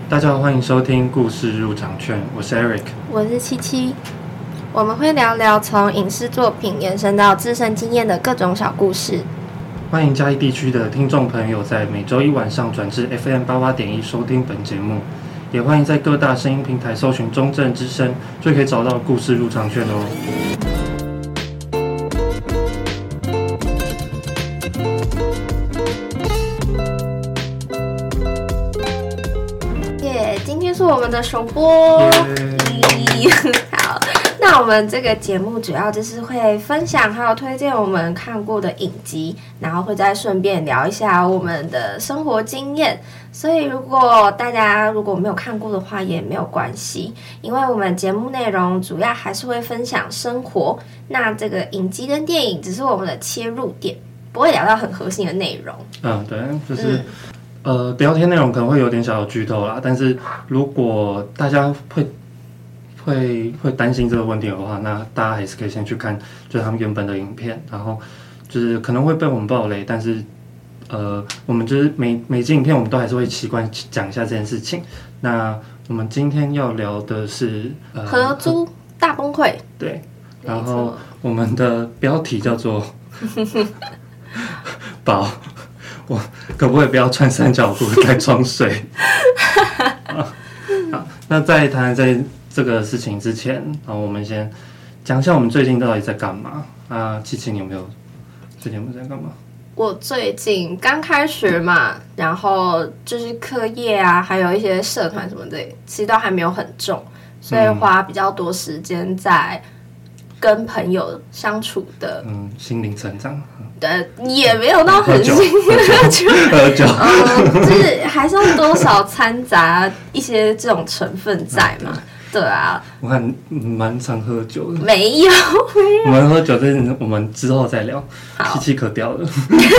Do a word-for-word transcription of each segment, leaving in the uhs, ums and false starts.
大家好，欢迎收听故事入场券，我是 Eric， 我是七七。我们会聊聊从影视作品延伸到自身经验的各种小故事。 欢迎嘉义地区的听众朋友在每周一晚上转至 F M 八八点一收听本节目，也欢迎在各大声音平台搜寻中正之声，就可以找到故事入场券哦。 耶、yeah, 今天是我们的首播。Yeah. 好，那我们这个节目主要就是会分享还有推荐我们看过的影集，然后会再顺便聊一下我们的生活经验。所以如果大家如果没有看过的话也没有关系，因为我们节目内容主要还是会分享生活，那这个影集跟电影只是我们的切入点，不会聊到很核心的内容。 嗯，对，就是、嗯、呃，聊天内容可能会有点小的剧透啦，但是如果大家会会会担心这个问题的话，那大家还是可以先去看就是他们原本的影片，然后就是可能会被我们爆雷，但是呃，我们就是每每集影片我们都还是会习惯讲一下这件事情。那我们今天要聊的是呃合租大崩溃， 对，然后我们的标题叫做宝，我可不可以不要穿三角裤在装睡？好，那在谈这这个事情之前，然后我们先讲一下我们最近到底在干嘛啊？七七，你有没有最近有没有在干嘛？ 我最近刚开学嘛，然后就是课业啊，还有一些社团什么的，其实都还没有很重，所以花比较多时间在跟朋友相处的， 嗯，心灵成长。 对，也没有到很心灵喝酒，喝酒， 嗯，就是还是要多少掺杂一些这种成分在嘛。对啊， 我看蛮常喝酒的。 没有，没有。 我们喝酒，这我们之后再聊。七七可掉了。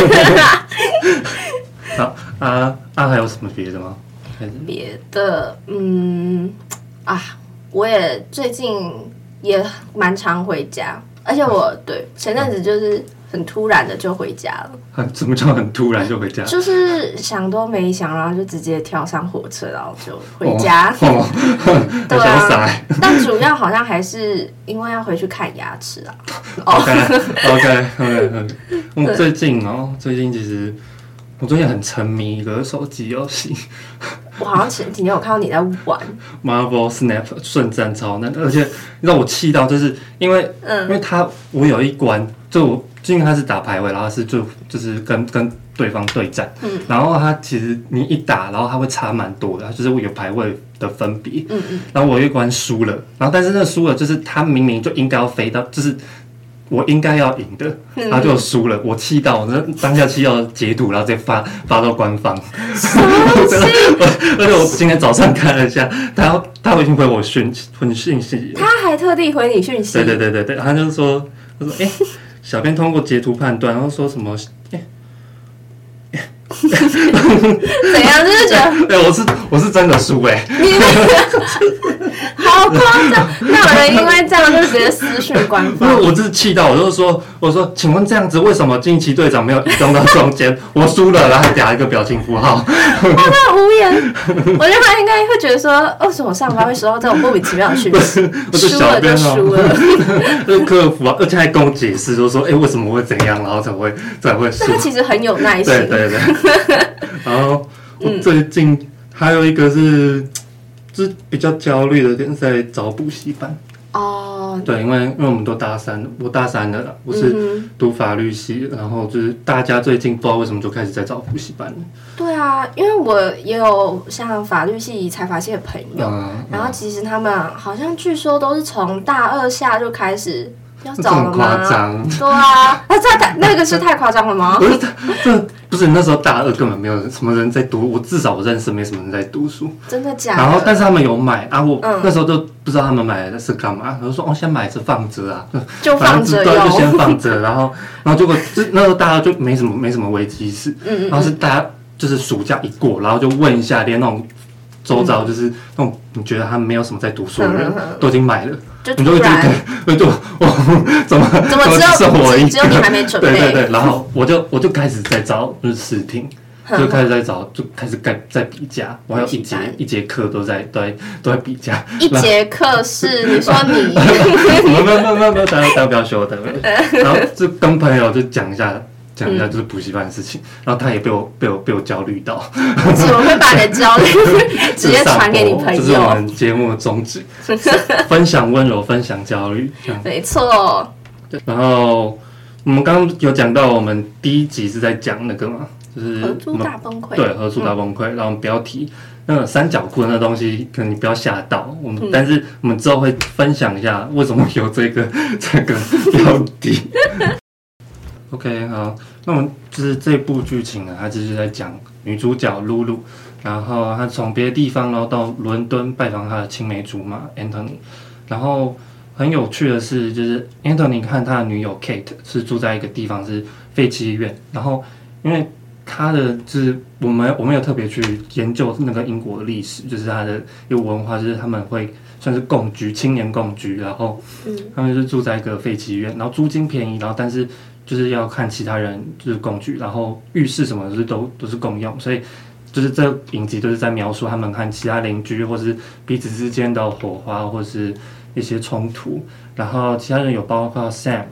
好啊啊，还有什么别的吗？ 别的，嗯啊，我也最近也蛮常回家，而且我对前阵子就是很突然的就回家了。 很什么叫很突然就回家？ 就是想都没想，然后就直接跳上火车，然后就回家。 哦哦、对啊， 但主要好像还是因为要回去看牙齿啊。 OK OK OK OK。我最近哦，最近其实我最近很沉迷一个手机游戏。 我好像前几天有看到你在玩 Marvel Snap 瞬战超难，而且让我气到，就是因为、嗯、因为他我有一关，就我因为他是打排位，然后是就就是跟跟对方对战，嗯，然后他其实你一打，然后他会差蛮多的，就是有排位的分别，嗯嗯，然后我有一关输了，然后但是那输了就是他明明就应该要飞到，就是我应该要赢的，然后就输了，我气到，我当下气到截图，然后直接发发到官方。而且我今天早上看了一下，他他已经回我讯回讯息， 他还特地回你讯息。 对对对对对，他就说他说哎、欸，小编通过截图判断，然后说什么哎。欸怎样？就是觉得， 哎、欸，我是我是真的输哎、欸， 你好夸张！那有人因为这样就直接私讯官方？ 我就是气到，我就说，我说，请问这样子为什么惊奇队长没有移动到中间？我输了，然后还打一个表情符号。 他很无言，我觉得他应该会觉得说，为什么上班会收到这种莫名其妙的讯息？输了就输了， 就客服啊，而且还跟我解释，就说，哎、欸，为什么会怎样，然后才会才会输。 他其实很有耐心。 对对对。然后我最近还有一个是，就是比较焦虑的点是在找补习班。哦，对，因为因为我们都大三，我大三的了，我是读法律系的，然后就是大家最近不知道为什么就开始在找补习班了。 对啊，因为我也有像法律系、财法系的朋友，嗯嗯、然后其实他们好像据说都是从大二下就开始。要找了吗？ 夸张， 对啊，那这那个是太夸张了吗？ 不是，这不是那时候大二根本没有什么人在读，我至少我认识没什么人在读书， 真的假的？ 然后但是他们有买啊，我、嗯、那时候都不知道他们买的是干嘛，然后说哦，先买着放着啊， 就放着对，就先放着，然后然后结果那时候大家就没什么没什么危机意识，嗯, 嗯, 嗯，然后是大家就是暑假一过，然后就问一下，连那种周遭就是那种你觉得他们没有什么在读书的人、嗯嗯嗯、都已经买了。 就突然， 对对，我怎么怎么只有我一只有你还没准备？ 对对对，然后我就我就开始在找就是试听， 就开始在找，就开始在在比价。我还有一节一节课都在都在都在比价。 一节课是你说你？ 没有没有没有没有，大家大家不要说的。然后就跟朋友就讲一下。讲一下就是补习班的事情，然后他也被我被我被我焦虑到， 怎么会把你的焦虑直接传给你朋友？ 这是我们节目的宗旨，分享温柔，分享焦虑， 没错。 然后我们刚刚有讲到，我们第一集是在讲那个嘛，就是合租大崩溃， 对，合租大崩溃。然后我们不要提那个三角裤那东西，可能你不要吓到我们，嗯、但是我们之后会分享一下为什么有这个这个标题。OK， 好，那我们就是这部剧情呢，它就是在讲女主角露露，然后她从别的地方然后到伦敦拜访她的青梅竹马 Anthony， 然后很有趣的是，就是 Anthony 和他的女友 Kate 是住在一个地方是废弃医院，然后因为他的就是我们我们有特别去研究那个英国的历史，就是他的一个文化，就是他们会算是共居，青年共居，然后他们是住在一个废弃医院，然后租金便宜，然后但是就是要看其他人就是共居，然后浴室什么的都都是共用，所以就是这影集都是在描述他们和其他邻居或是彼此之间的火花或是一些冲突。然后其他人有包括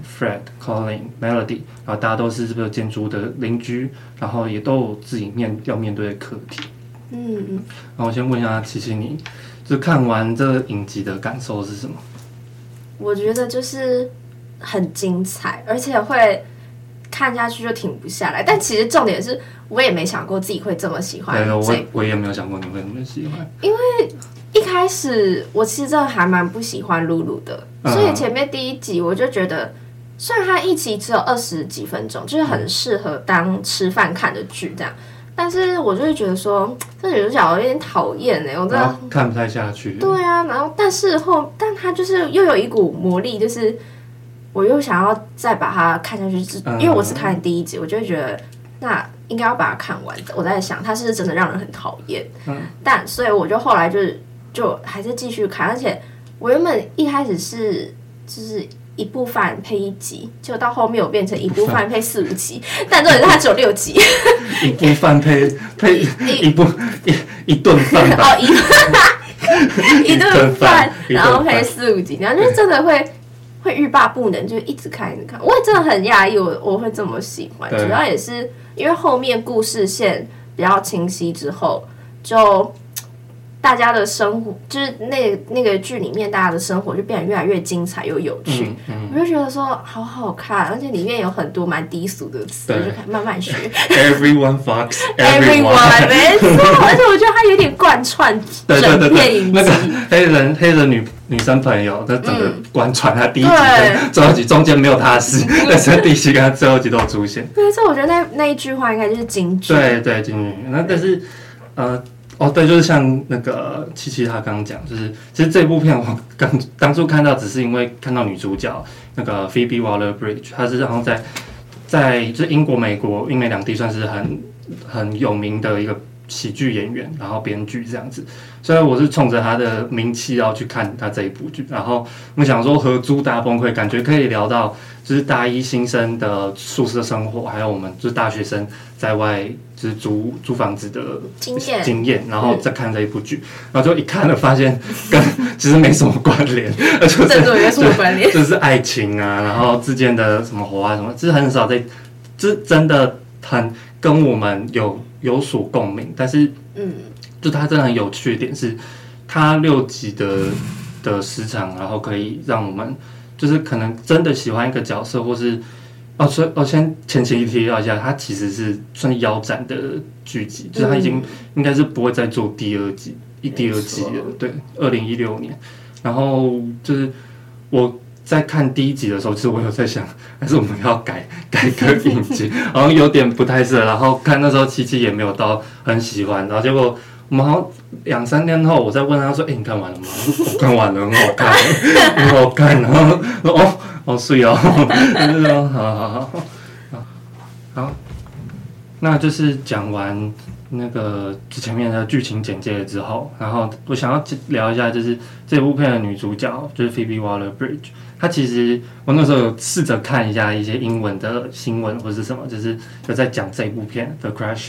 Sam、Fred、Colin、Melody， 然后大家都是这个建筑的邻居，然后也都有自己面要面对的课题。嗯嗯。然后我先问一下琪琪，你就看完这个影集的感受是什么？ 我觉得就是很精彩，而且会看下去就停不下来。但其实重点是我也没想过自己会这么喜欢。 对，我我也没有想过你会那么喜欢。 因为一开始我其实真的还蛮不喜欢露露的，所以前面第一集我就觉得，虽然它一集只有二十几分钟，就是很适合当吃饭看的剧这样，但是我就会觉得说，这女主角有点讨厌哎，我真的看不太下去。 对啊，然后但是后，但它就是又有一股魔力，就是我又想要再把它看下去，嗯、因为我是看第一集，我就会觉得那应该要把它看完。我在想，它是真的让人很讨厌，嗯、但所以我就后来就是就还是继续看，而且我原本一开始是就是一部饭配一集，结果到后面我变成一部饭配四五集，但重点是它只有六集。 一部饭配配一部一一顿饭吧。 哦，一一顿饭，然后配四五集，然后就真的会会欲罢不能，就一直看一直看。我也真的很讶异，我我会这么喜欢，主要也是因为后面故事线比较清晰之后，就大家的生活，就是那那个剧里面大家的生活就变得越来越精彩又有趣，嗯嗯、我就觉得说好好看，而且里面有很多蛮低俗的词，就可以慢慢学。 Everyone fucks everyone， 没错，而且我觉得它有点贯穿整片影集。 那个黑人黑人女女生朋友，她整个贯穿，她第一集跟最后集中间没有她的事，但是第一集跟她最后集都有出现。 没错，我觉得那那一句话应该就是金句。 对对，金句。那但是呃。哦，对，就是像那个七七他刚刚讲，就是其实这部片我刚当初看到，只是因为看到女主角那个 Phoebe Waller-Bridge， 她是好像在在就是英国、美国、英美两地算是很很有名的一个喜剧演员，然后编剧这样子。所以我是冲着她的名气要去看她这一部剧，然后我想说合租大崩溃，感觉可以聊到就是大一新生的宿舍生活，还有我们就是大学生在外就是租租房子的经验， 经验，然后再看这一部剧，嗯、然后就一看了发现跟其实没什么关联，就是没什么关联， 就是爱情啊，然后之间的什么火花什么，就是很少在，这真的很跟我们有有所共鸣，但是嗯，就它真的很有趣的点是，它六集的的时长，然后可以让我们就是可能真的喜欢一个角色，或是。哦，所以我先前情提要一下，它其实是算腰斩的剧集，就是它已经应该是不会再做第二季、一第二季了。对，二零一六年。然后就是我在看第一集的时候，其实我有在想，还是我们要改改个影集，好像有点不太适合。然后看那时候七七也没有到很喜欢，然后结果我们好像两三天后，我再问他说：“哎、欸，你看完了吗？”我看完了，很好看，很好看。然后哦。哦，是哦，就是说，好好好好，好，那就是讲完那个前面的剧情简介了之后，然后我想要聊一下，就是这部片的女主角就是 Phoebe Waller-Bridge， 她其实我那时候有试着看一下一些英文的新闻或是什么，就是有在讲这部片的 Crashing，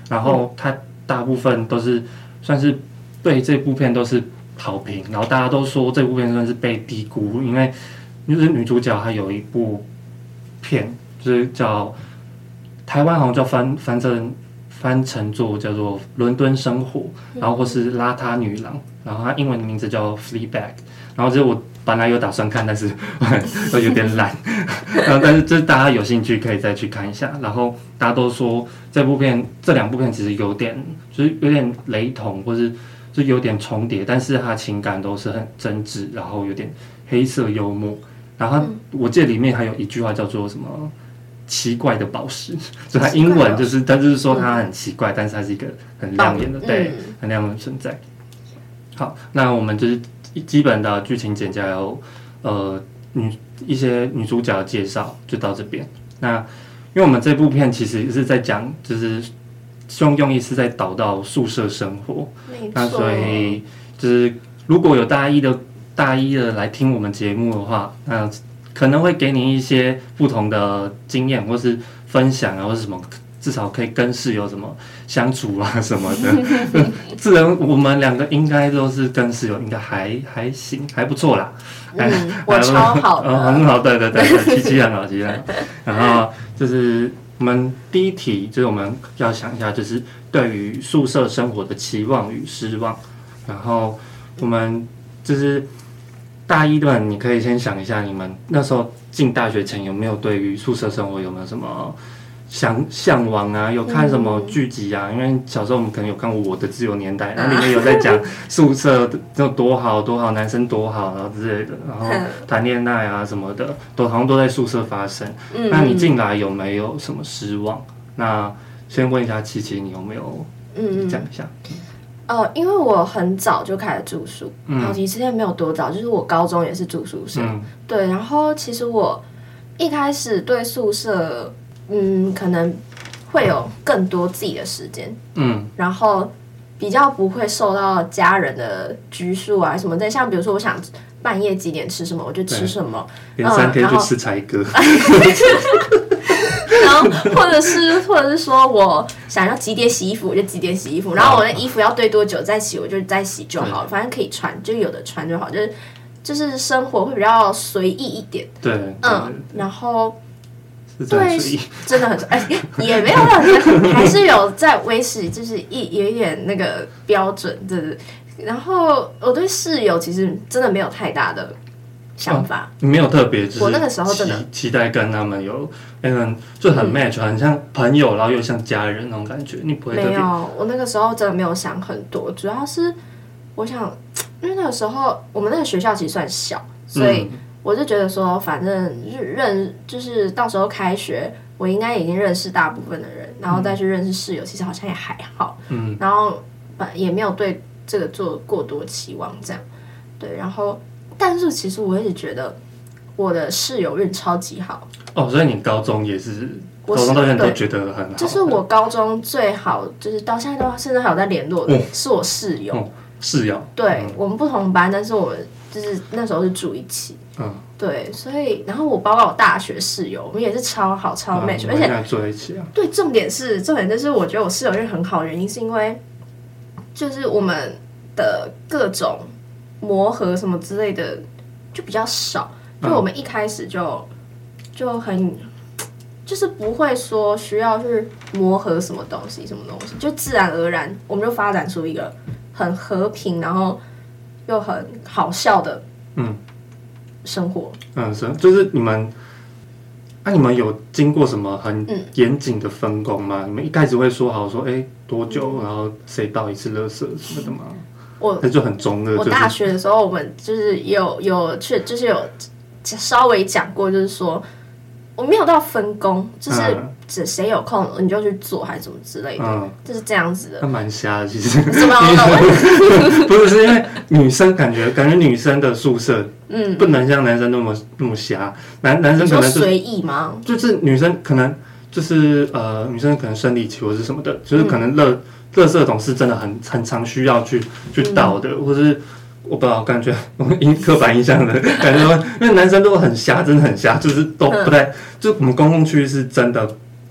然后它大部分都是算是对这部片都是好评，然后大家都说这部片算是被低估，因为就是女主角她有一部片就是叫台湾好像叫翻翻成翻成作叫做《伦敦生活》，然后或是《邋遢女郎》，然后它英文的名字叫《Fleabag》，然后这我本来有打算看，但是都有点懒，然后但是就是大家有兴趣可以再去看一下。然后大家都说这部片这两部片其实有点就是有点雷同，或是就有点重叠，但是它情感都是很真挚，然后有点黑色幽默。然后我记得里面还有一句话叫做什么？奇怪的宝石，所以它英文就是，它就是说它很奇怪，但是它是一个很亮眼的，对，很亮眼的存在。好，那我们就是基本的剧情简介，还有呃女一些女主角的介绍，就到这边。那因为我们这部片其实是在讲，就是用用意是在导到宿舍生活，那所以就是如果有大一的大一的来听我们节目的话，那可能会给你一些不同的经验，或是分享啊，或是什么，至少可以跟室友怎么相处啊什么的。自然我们两个应该都是跟室友应该还还行，还不错啦。 嗯，我超好的， 嗯，很好，对对对对，七七很好，七七很好。然后就是我们第一题，就是我们要想一下，就是对于宿舍生活的期望与失望。然后我们就是。大一段，你可以先想一下，你们那时候进大学前有没有对于宿舍生活有没有什么想向往啊？有看什么剧集啊？因为小时候我们可能有看过《我的自由年代》，然后里面有在讲宿舍有多好多好，男生多好，然后之类的，然后谈恋爱啊什么的，都好像都在宿舍发生。那你进来有没有什么失望？那先问一下琪琪，你有没有讲一下？ 呃，因为我很早就开始住宿，然后其实也没有多早，就是我高中也是住宿舍，嗯、对。然后其实我一开始对宿舍，嗯，可能会有更多自己的时间，嗯，然后比较不会受到家人的拘束啊什么的。像比如说，我想半夜几点吃什么，我就吃什么， 连三天就吃才哥。 然后，或者是，或者是说我想要几点洗衣服，我就几点洗衣服。然后我的衣服要堆多久再洗，我就再洗就好了，反正可以穿，就有的穿就好。就是就是生活会比较随意一点。 对， 嗯，然后对，真的很哎，也没有很，还是有在维持，就是一有一点那个标准，对对。然后我对室友其实真的没有太大的想法， 你、哦、没有特别， 我那个时候真的期待跟他们有那种就很 match，、嗯、很像朋友，然后又像家人那种感觉。你不会特别？ 没有，我那个时候真的没有想很多，主要是我想，因为那个时候我们那个学校其实算小，所以我就觉得说，反正认就是到时候开学，我应该已经认识大部分的人，然后再去认识室友，其实好像也还好。嗯，然后也没有对这个做过多期望，这样对，然后。但是其实我一直觉得我的室友运超级好哦，所以你高中也是，高中到现在都觉得很好。 就是我高中最好，就是到现在都甚至还有在联络的，嗯、是我室友。 嗯、室友， 对、嗯、我们不同班，但是我们就是那时候是住一起。嗯，对，所以然后我包括我大学室友，我们也是超好超 match，、嗯、而且住在一起啊。 对，重点是重点就是我觉得我室友运很好的原因是因为，就是我们的各种。磨合什么之类的就比较少，就我们一开始就就很就是不会说需要去磨合什么东西什么东西，就自然而然我们就发展出一个很和平然后又很好笑的嗯生活。 嗯，是就是你们啊，你们有经过什么很严谨的分工吗？嗯、你们一开始会说好说，哎、欸、多久，然后谁倒一次垃圾什么的吗？ 我那就很中二。 我大学的时候，我们就是有有去，就是有稍微讲过，就是说我没有到分工，就是只谁有空你就去做，还是什么之类的，嗯、就是这样子的。 那蛮瞎的，其实。 怎么了？ 不是，是因为女生感觉感觉女生的宿舍，嗯，不能像男生那么那么瞎。男男生可能随意吗？ 就是女生可能就是呃，女生可能生理期或是什么的，就是可能热。嗯垃圾桶是真的很很常需要去去倒的，嗯、或是我不知道，感觉我们刻板印象的感觉，因为男生都很瞎，真的很瞎，就是都不太，嗯、就我们公共区是真的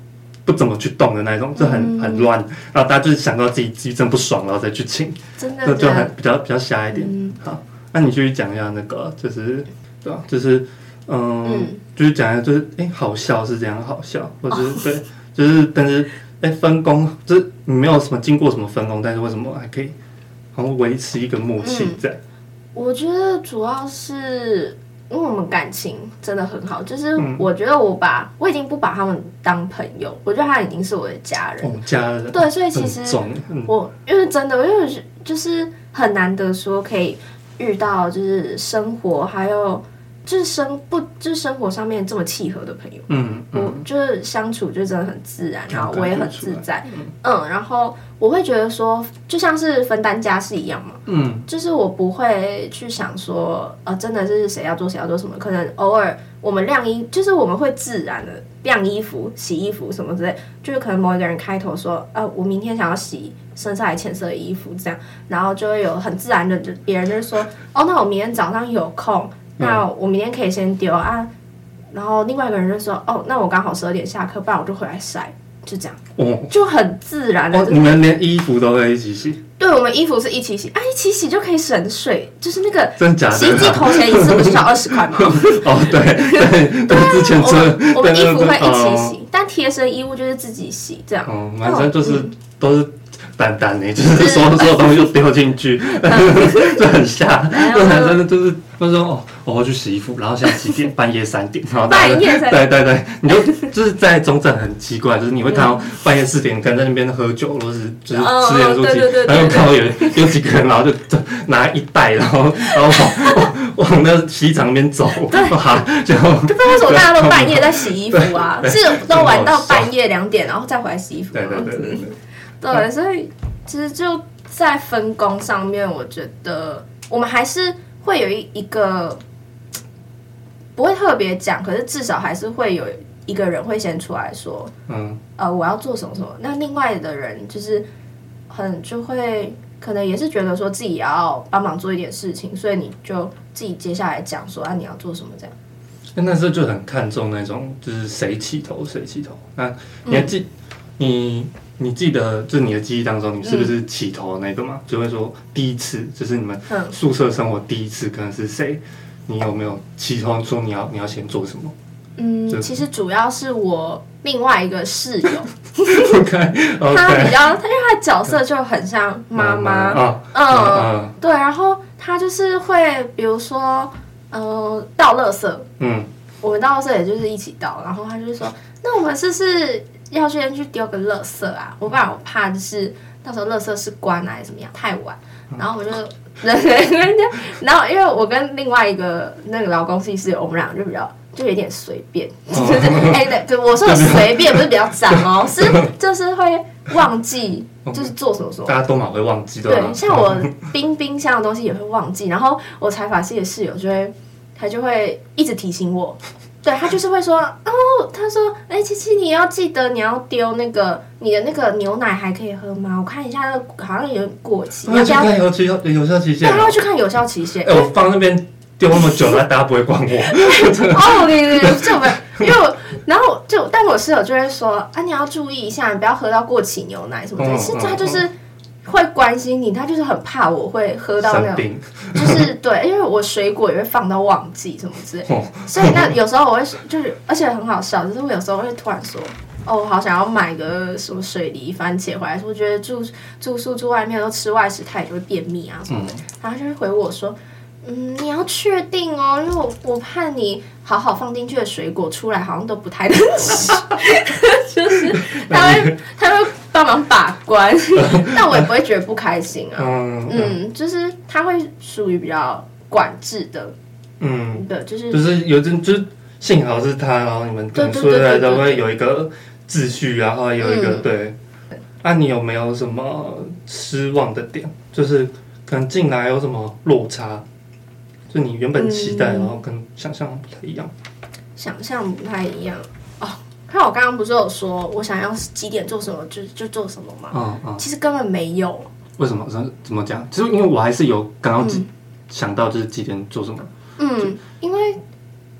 不怎么去动的那种，就很、嗯、很乱，然后大家就是想到自己自己真不爽，然后再去请， 真的就就很比较比较瞎一点。嗯、好，那你继续讲一下那个，就是对吧？就是嗯，嗯就是讲一下，就是哎、欸，好笑是这样好笑，或者是、哦、对，就是但是哎、欸、分工，就是你没有什么经过什么分工，但是为什么还可以然后维持一个默契在？嗯、 我觉得主要是。因为我们感情真的很好，就是我觉得我把、嗯、我已经不把他们当朋友，我觉得他已经是我的家人。 哦，家人。 对，所以其实我、嗯、因为真的，因为就是很难得说可以遇到，就是生活还有就是生不就是生活上面这么契合的朋友。嗯，嗯我就是相处就真的很自然，然后我也很自在。嗯, 嗯，然后我会觉得说，就像是分担家事一样嘛。嗯，就是我不会去想说，呃，真的是谁要做谁要做什么，可能偶尔我们晾衣，就是我们会自然的晾衣服、洗衣服什么之类，就是可能某一个人开头说，呃，我明天想要洗深色还浅色的衣服这样，然后就会有很自然的，就别人就说，哦，那我明天早上有空，那我明天可以先丢啊，然后另外一个人就说，哦，那我刚好十二点下课，不然我就回来晒。就这样，哦、就很自然的、 哦。你们连衣服都会一起洗？ 对，我们衣服是一起洗啊，一起洗就可以省水，就是那个真假的洗衣机投钱一次不是要二十块吗？ 哦，对对对，之前我们我们衣服会一起洗，哦、但贴身衣物就是自己洗这样。 哦，男生就是、嗯、都是。单单的，就是所有所有东西就丢进去，就很瞎。那男生就是他说哦，我要去洗衣服，然后现在几点？半夜三点，然后半夜三点，对对对，你就就是在中正很奇怪，就是你会看到半夜四点跟在那边喝酒，或是就是吃盐酥鸡，然后看到有有几个人，然后就拿一袋，然后然后往往那洗衣厂那边走，好，就不知道为什么大家都半夜在洗衣服啊？是都玩到半夜两点，然后再回来洗衣服。 对对对对。 对，所以其实就在分工上面，我觉得我们还是会有一一个不会特别讲，可是至少还是会有一个人会先出来说，嗯，呃，我要做什么什么。那另外的人就是很就会可能也是觉得说自己也要帮忙做一点事情，所以你就自己接下来讲说啊，你要做什么这样。 那时候就很看重那种就是谁起头谁起头。那你还记、嗯、你？你记得就是你的记忆当中，你是不是起头的那个嘛？嗯、就会说第一次，就是你们宿舍生活第一次，可能是谁？你有没有起头说你要你要先做什么？ 嗯，其实主要是我另外一个室友 ，okay, okay. 他比较，他因为他的角色就很像妈妈，嗯，嗯对，然后他就是会，比如说，呃，倒垃圾，嗯，我们倒垃圾也就是一起倒，然后他就说，那我们是不是要先去丢个垃圾啊？我不然我怕就是到时候垃圾是关还是怎么样，太晚，然后我就。然后因为我跟另外一个那个劳工系室友，我们俩就比较就有点随便，就是哎、欸、对，我说的随便不是比较脏哦，是就是会忘记就是做什么什么， 大家都蛮会忘记的。 对，像我冰冰箱的东西也会忘记，然后我财法系的室友就会他就会一直提醒我。对他就是会说哦，他说哎，琪琪你要记得你要丢那个你的那个牛奶还可以喝吗？我看一下，那个好像有点过期。 你要去看有期有效期限。 对，他要去看有效期限。 哎，我放那边丢那么久了，大家不会管我。 哦，对对对，就没因为我，然后就但我室友就会说啊，你要注意一下，你不要喝到过期牛奶什么的。其实他就是。会关心你，他就是很怕我会喝到那种，就是对，因为我水果也会放到忘记什么之类，所以那有时候我会就是，而且很好笑，就是我有时候会突然说，哦，我好想要买个什么水梨、番茄回来，我觉得住住宿住外面都吃外食，他也就会便秘啊什么的，然后他就会回我说，嗯，你要确定哦，因为我我怕你好好放进去的水果出来好像都不太能吃，就是他会他会。帮忙把关，但我也不会觉得不开心啊。嗯, 嗯，就是他会属于比较管制的，嗯，对，就是就是有阵就是幸好是他，然后你们可能说出来都会有一个秩序，然后有一个、嗯、对。那、啊、你有没有什么失望的点？就是可能进来有什么落差，就你原本期待，嗯、然后跟想象不太一样。 想象不太一样哦。看我刚刚不是有说我想要几点做什么就就做什么吗？嗯嗯，其实根本没有。 为什么？怎么讲？其实因为我还是有刚刚、嗯、想到就是几点做什么。 嗯，因为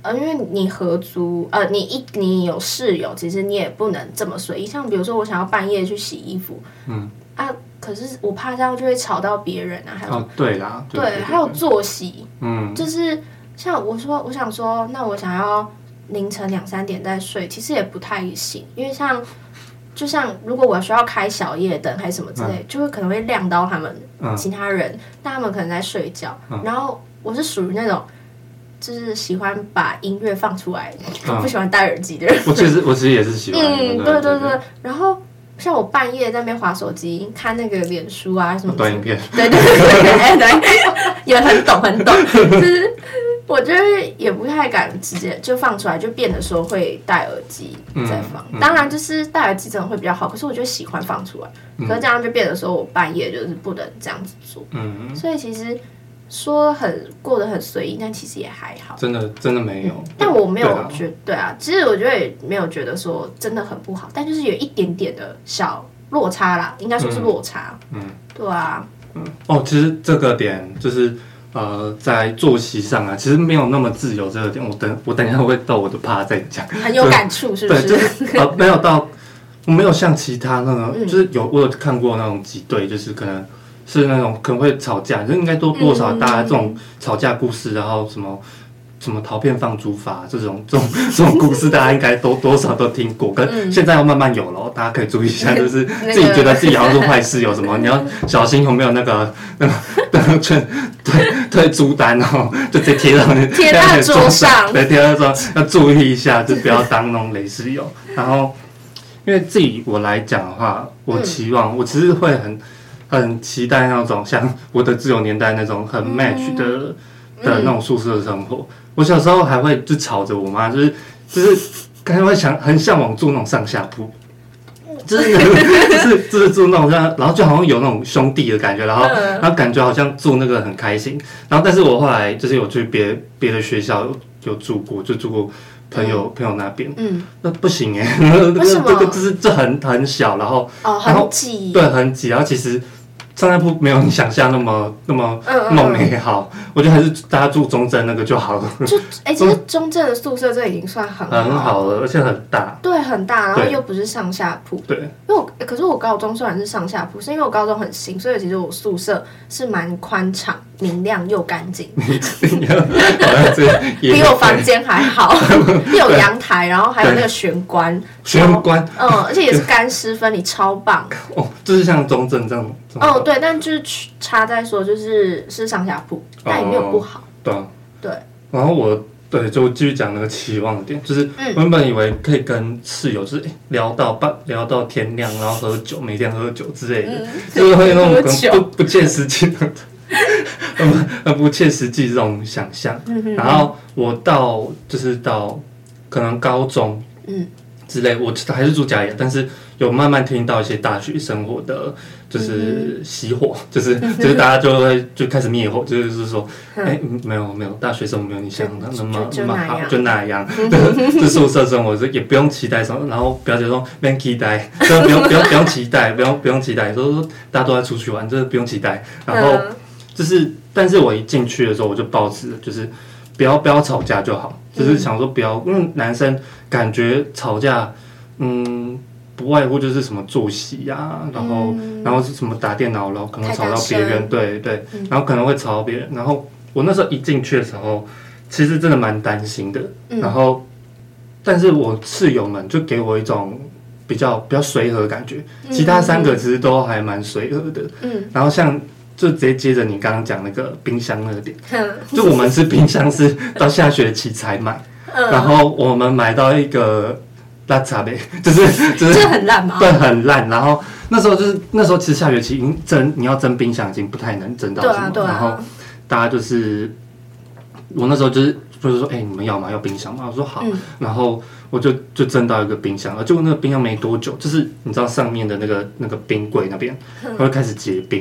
呃，因为你合租，呃，你一你有室友，其实你也不能这么随意。像比如说，我想要半夜去洗衣服，嗯啊，可是我怕这样就会吵到别人啊。还有哦，对啦， 对，对对对还有作息，嗯，就是像我说，我想说，那我想要凌晨两三点再睡，其实也不太行，因为像。就像如果我需要开小夜灯还是什么之类，嗯、就会可能会亮到他们、嗯、其他人，但他们可能在睡觉。嗯、然后我是属于那种，就是喜欢把音乐放出来，嗯、不喜欢戴耳机的人。 我其实我其实也是喜欢。 嗯，对对对。然后像我半夜在那边滑手机，看那个脸书啊什么短影片， 对对对对对，也很懂很懂，就是。我觉得也不太敢直接就放出来，就变得说会戴耳机再放。嗯嗯、当然，就是戴耳机真的会比较好，可是我就喜欢放出来。嗯、可是这样就变得说我半夜就是不能这样子做。嗯、所以其实说很过得很随意，但其实也还好。 真的真的没有。嗯、 但我没有觉得，对啊，其实我觉得也没有觉得说真的很不好，但就是有一点点的小落差啦，应该说是落差。嗯，嗯对啊。 嗯，哦，其实这个点就是。呃，在作息上啊，其实没有那么自由这个点，我等我等一下会到我的趴再讲。 很有感触，是不是？ 对，就是呃，没有到，我没有像其他那种，嗯、就是有我有看过那种几对，就是可能是那种可能会吵架，就应该多多少大家这种吵架故事，然后什么什么陶片放猪法这种这种这种故事，大家应该都多少都听过，跟现在要慢慢有了，大家可以注意一下，就是自己觉得自己好像是坏事有什么，你要小心有没有那个那个那个圈。对对，租单哦，就直接贴到你贴在桌上， 对，贴到桌上要注意一下，就不要当那种雷室友。然后，因为自己我来讲的话，我期望、嗯、我其实会很很期待那种像我的自由年代那种很 match 的、嗯、的那种宿舍生活。我小时候还会就吵着我妈，就是就是刚才会想很向往住那种上下铺。就是就是就是住那种像，然后就好像有那种兄弟的感觉，然后然后感觉好像住那个很开心，然后但是我后来就是有去别别的学校有有住过，就住过朋友、嗯、朋友那边，嗯，那不行哎、欸， 为什么？ 这个就是这很很小，然后哦很挤， 对，很挤，然后其实上下铺没有你想象那么那么、嗯嗯、那么美好，我觉得还是大家住中正那个就好了。 就哎、欸，其实中正的宿舍这已经算很好了， 很好了，而且很大。 对，很大，然后又不是上下铺。 对， 因为我可是我高中虽然是上下铺，是因为我高中很新，所以其实我宿舍是蛮宽敞、明亮又干净。比我房间还好，有阳台，然后还有那个玄关。 玄关， 嗯，而且也是干湿分离，超棒。 哦，就是像中正这样。 哦，对，但就是差在说就是是上下铺，但也没有不好。 哦、对、啊。 对。 然后我对就继续讲那个期望的点，就是我原本以为可以跟室友就是、欸、聊到半聊到天亮，然后喝酒，每天喝酒之类的，嗯、就是会那种不不切实际的。很很不切实际这种想象，嗯、然后我到就是到可能高中，嗯，之类，我还是住家里，但是有慢慢听到一些大学生活的，就是熄火，嗯、就是就是大家就会就开始灭火，就是说，哎、欸，没有没有，大学生活没有你想的那么那么好，就那样，就宿舍生活也不用期待什么，然后表姐说不用期待，就不用不用不用期待，不用不用期待，说说大家都在出去玩，就是不用期待，然后。嗯就是，但是我一进去的时候，我就抱持就是不要不要吵架就好，就是想说不要，因为男生感觉吵架，嗯，不外乎就是什么作息啊，然后、嗯、然后是什么打电脑，然后可能吵到别人，对对，嗯、然后可能会吵到别人，然后我那时候一进去的时候，其实真的蛮担心的，嗯、然后，但是我室友们就给我一种比较比较随和的感觉，其他三个其实都还蛮随和的，嗯，然后像。就直接接着你刚刚讲那个冰箱那个点，就我们是冰箱是到下学期才买，嗯、然后我们买到一个烂茶杯，就是就是这很烂吗？ 对，很烂。然后那时候就是那时候其实下学期已经蒸，你要蒸冰箱已经不太能蒸到什么， 对啊对啊、 然後大家就是我那时候就是就是说，哎、欸，你们要吗？要冰箱吗？我说好，嗯、然后我就就蒸到一个冰箱，结果那个冰箱没多久，就是你知道上面的那个那个冰柜那边，它会开始结冰。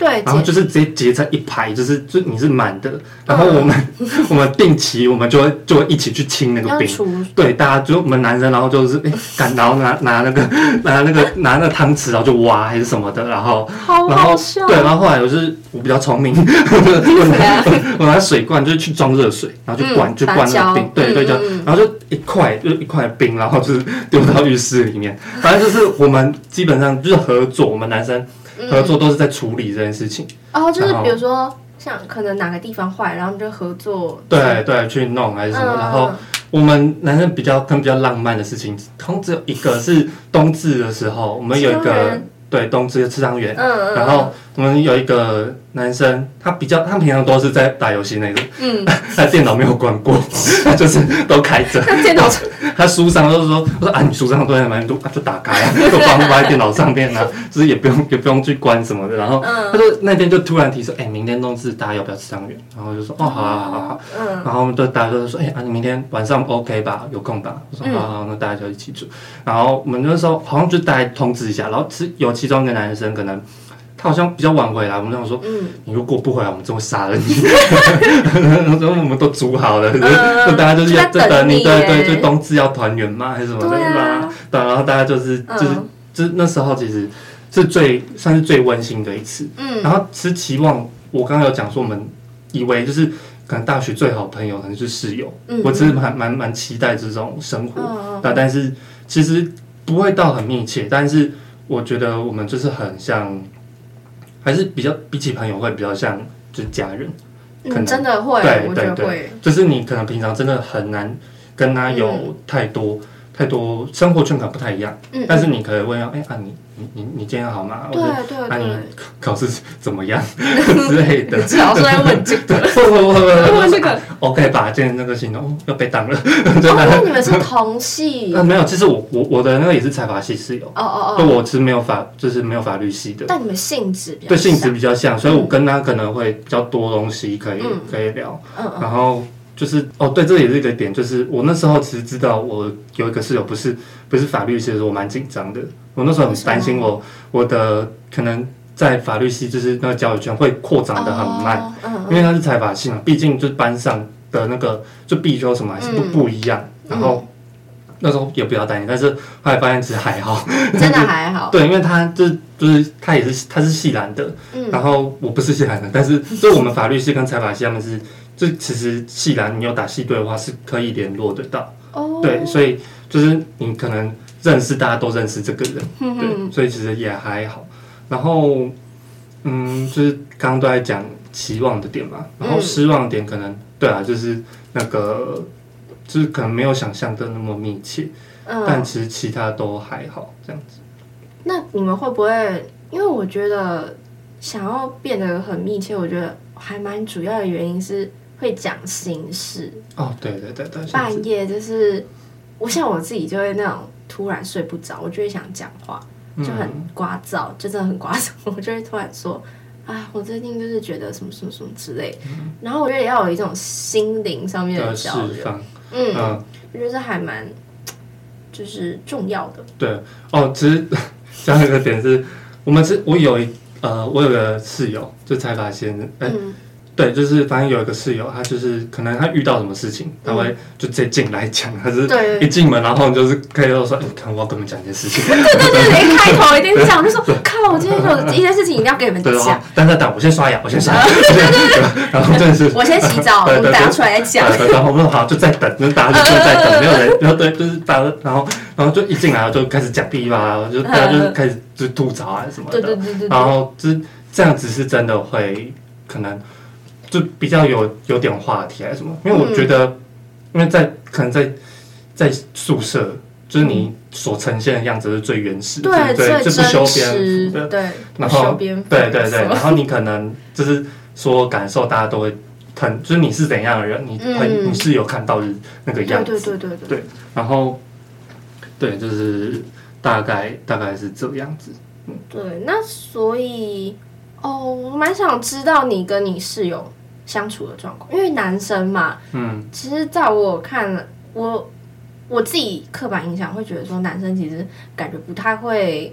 对， 然后就是直接结成一排，就是就你是满的，然后我们、嗯、我们定期我们就会就会一起去清那个冰，对，大家就我们男生，然后就是哎赶、欸，然后拿拿那个拿那个拿那个汤匙，然后就挖还是什么的，然后好好笑， 对，然后后来我就是我比较聪明，我拿我拿水罐就是去装热水，然后就灌、嗯、就灌那个冰，对对就、嗯，然后就一块就一块冰，然后就是丢到浴室里面，反正就是我们基本上就是合作，我们男生合作都是在处理这件事情。 哦，就是比如说像可能哪个地方坏，然后就合作。 对对，去弄还是什么，嗯、然后我们男生比较跟比较浪漫的事情，通常只有一个是冬至的时候，我们有一个对冬至的吃汤圆，嗯，然后我们有一个男生，他比较他平常都是在打游戏那种，嗯，他电脑没有关过，他就是都开着， 电脑他书上都是说，我说啊，你书上都在哪里？都啊就打开啊，就放放在电脑上面啊，就是也不用也不用去关什么的。然后他就那天就突然提说，哎、欸，明天冬至大家要不要吃汤圆？然后就说，哦，好啊，好啊，好。嗯。然后我们都大家都说，哎、欸、啊，你明天晚上 OK 吧？有空吧？我说好好，那大家就一起煮。然后我们那时候好像就大概通知一下，然后是有其中一个男生可能。他好像比较晚回来，我们就想说，嗯，你如果不回来，我们就会杀了你。然后我们都煮好了，就、嗯、大家就是要在等你，对对，就冬至要团圆嘛，还是什么的，对啊。对，然后大家就是就是、嗯、就是那时候其实是最算是最温馨的一次。嗯。然后是期望我刚刚有讲说，我们以为就是可能大学最好朋友可能是室友，嗯、我其实蛮蛮蛮期待这种生活。嗯、但但是其实不会到很密切，但是我觉得我们就是很像。还是比较比起朋友会比较像就是家人，可能、 嗯、真的会， 对我觉得对会， 就是你可能平常真的很难跟他有太多、嗯、太多生活圈可能不太一样，嗯、但是你可以问哎、欸、啊你你你你今天好吗？ 对对对， 啊你考试怎么样之类的， 至少是在问这个， 会会会会问这个 ，OK 吧？今天那个行动、哦、要被当了， 哦，那你们是同系？ 呃没有，其实我我我的那个也是财法系室友，哦哦哦，就我其实没有法就是没有法律系的， 但你们性质比较对性质比较像，所以我跟他可能会比较多东西可以、嗯、可以聊，嗯嗯，然后。就是哦，对，这也是一个点，就是我那时候其实知道我有一个室友不是不是法律系的时候，我蛮紧张的。我那时候很担心我我的可能在法律系就是那个交友圈会扩张的很慢，哦嗯、因为他是财法系嘛，毕竟就是班上的那个就必修什么还是不、嗯、不一样。然后、嗯、那时候也不要担心，但是后来发现其实还好， 真的还好。 对，因为他就是就是他也是他是系篮的、嗯，然后我不是系篮的，但是就我们法律系跟财法系他们是。就其实系篮你有打系队的话是可以联络得到，哦，对，所以就是你可能认识大家都认识这个人，嗯、对，所以其实也还好。然后，嗯，就是刚刚都在讲期望的点嘛，然后失望的点可能、嗯、对啊，就是那个就是可能没有想象的那么密切，嗯，但其实其他都还好这样子。 那你们会不会？因为我觉得想要变得很密切，我觉得还蛮主要的原因是。会讲心事哦，对对对对， 半夜就是我像我自己就会那种突然睡不着，我就会想讲话，就很聒噪，就真的很聒噪，我就会突然说啊，我最近就是觉得什么什么什么之类的、嗯，然后我觉得也要有一种心灵上面的交流，嗯，嗯我觉得这还蛮就是重要的。 对哦，其实讲一个点是，我们是我有一呃，我有个室友就财法先生，哎、欸。嗯对，就是反正有一个室友，他就是可能他遇到什么事情，他会就直接进来讲，他是一进门，然后你就是可以说，哎、欸，看我要跟你们讲一件事情。 对对对对，一开头一定是讲，就说靠，我今天有一件事情一定要跟你们讲。 但是等我先刷牙，我先刷牙，然后真的是我先洗澡，我们等下出来再讲。 然后我们说好，就在等，那大家就在等，没有人，然后对，就是大家，然后然后就一进来就开始讲屁吧，就大家就开始就吐槽啊什么的，对对对对，然后就是这样子是真的会可能。就比较有有点话题还是什么，因为我觉得，嗯、因为在可能在在宿舍，就是你所呈现的样子是最原始的， 对对，就不修边幅的， 对， 然后对对对，然后你可能就是说感受大家都会很，就是你是怎样的人，你很、嗯、你是有看到那个样子， 对对对对 对, 对，然后对，就是大概大概是这样子， 嗯，对，那所以哦，我蛮想知道你跟你室友。相处的状况，因为男生嘛，嗯，其实在我看，我我自己刻板印象会觉得说，男生其实感觉不太会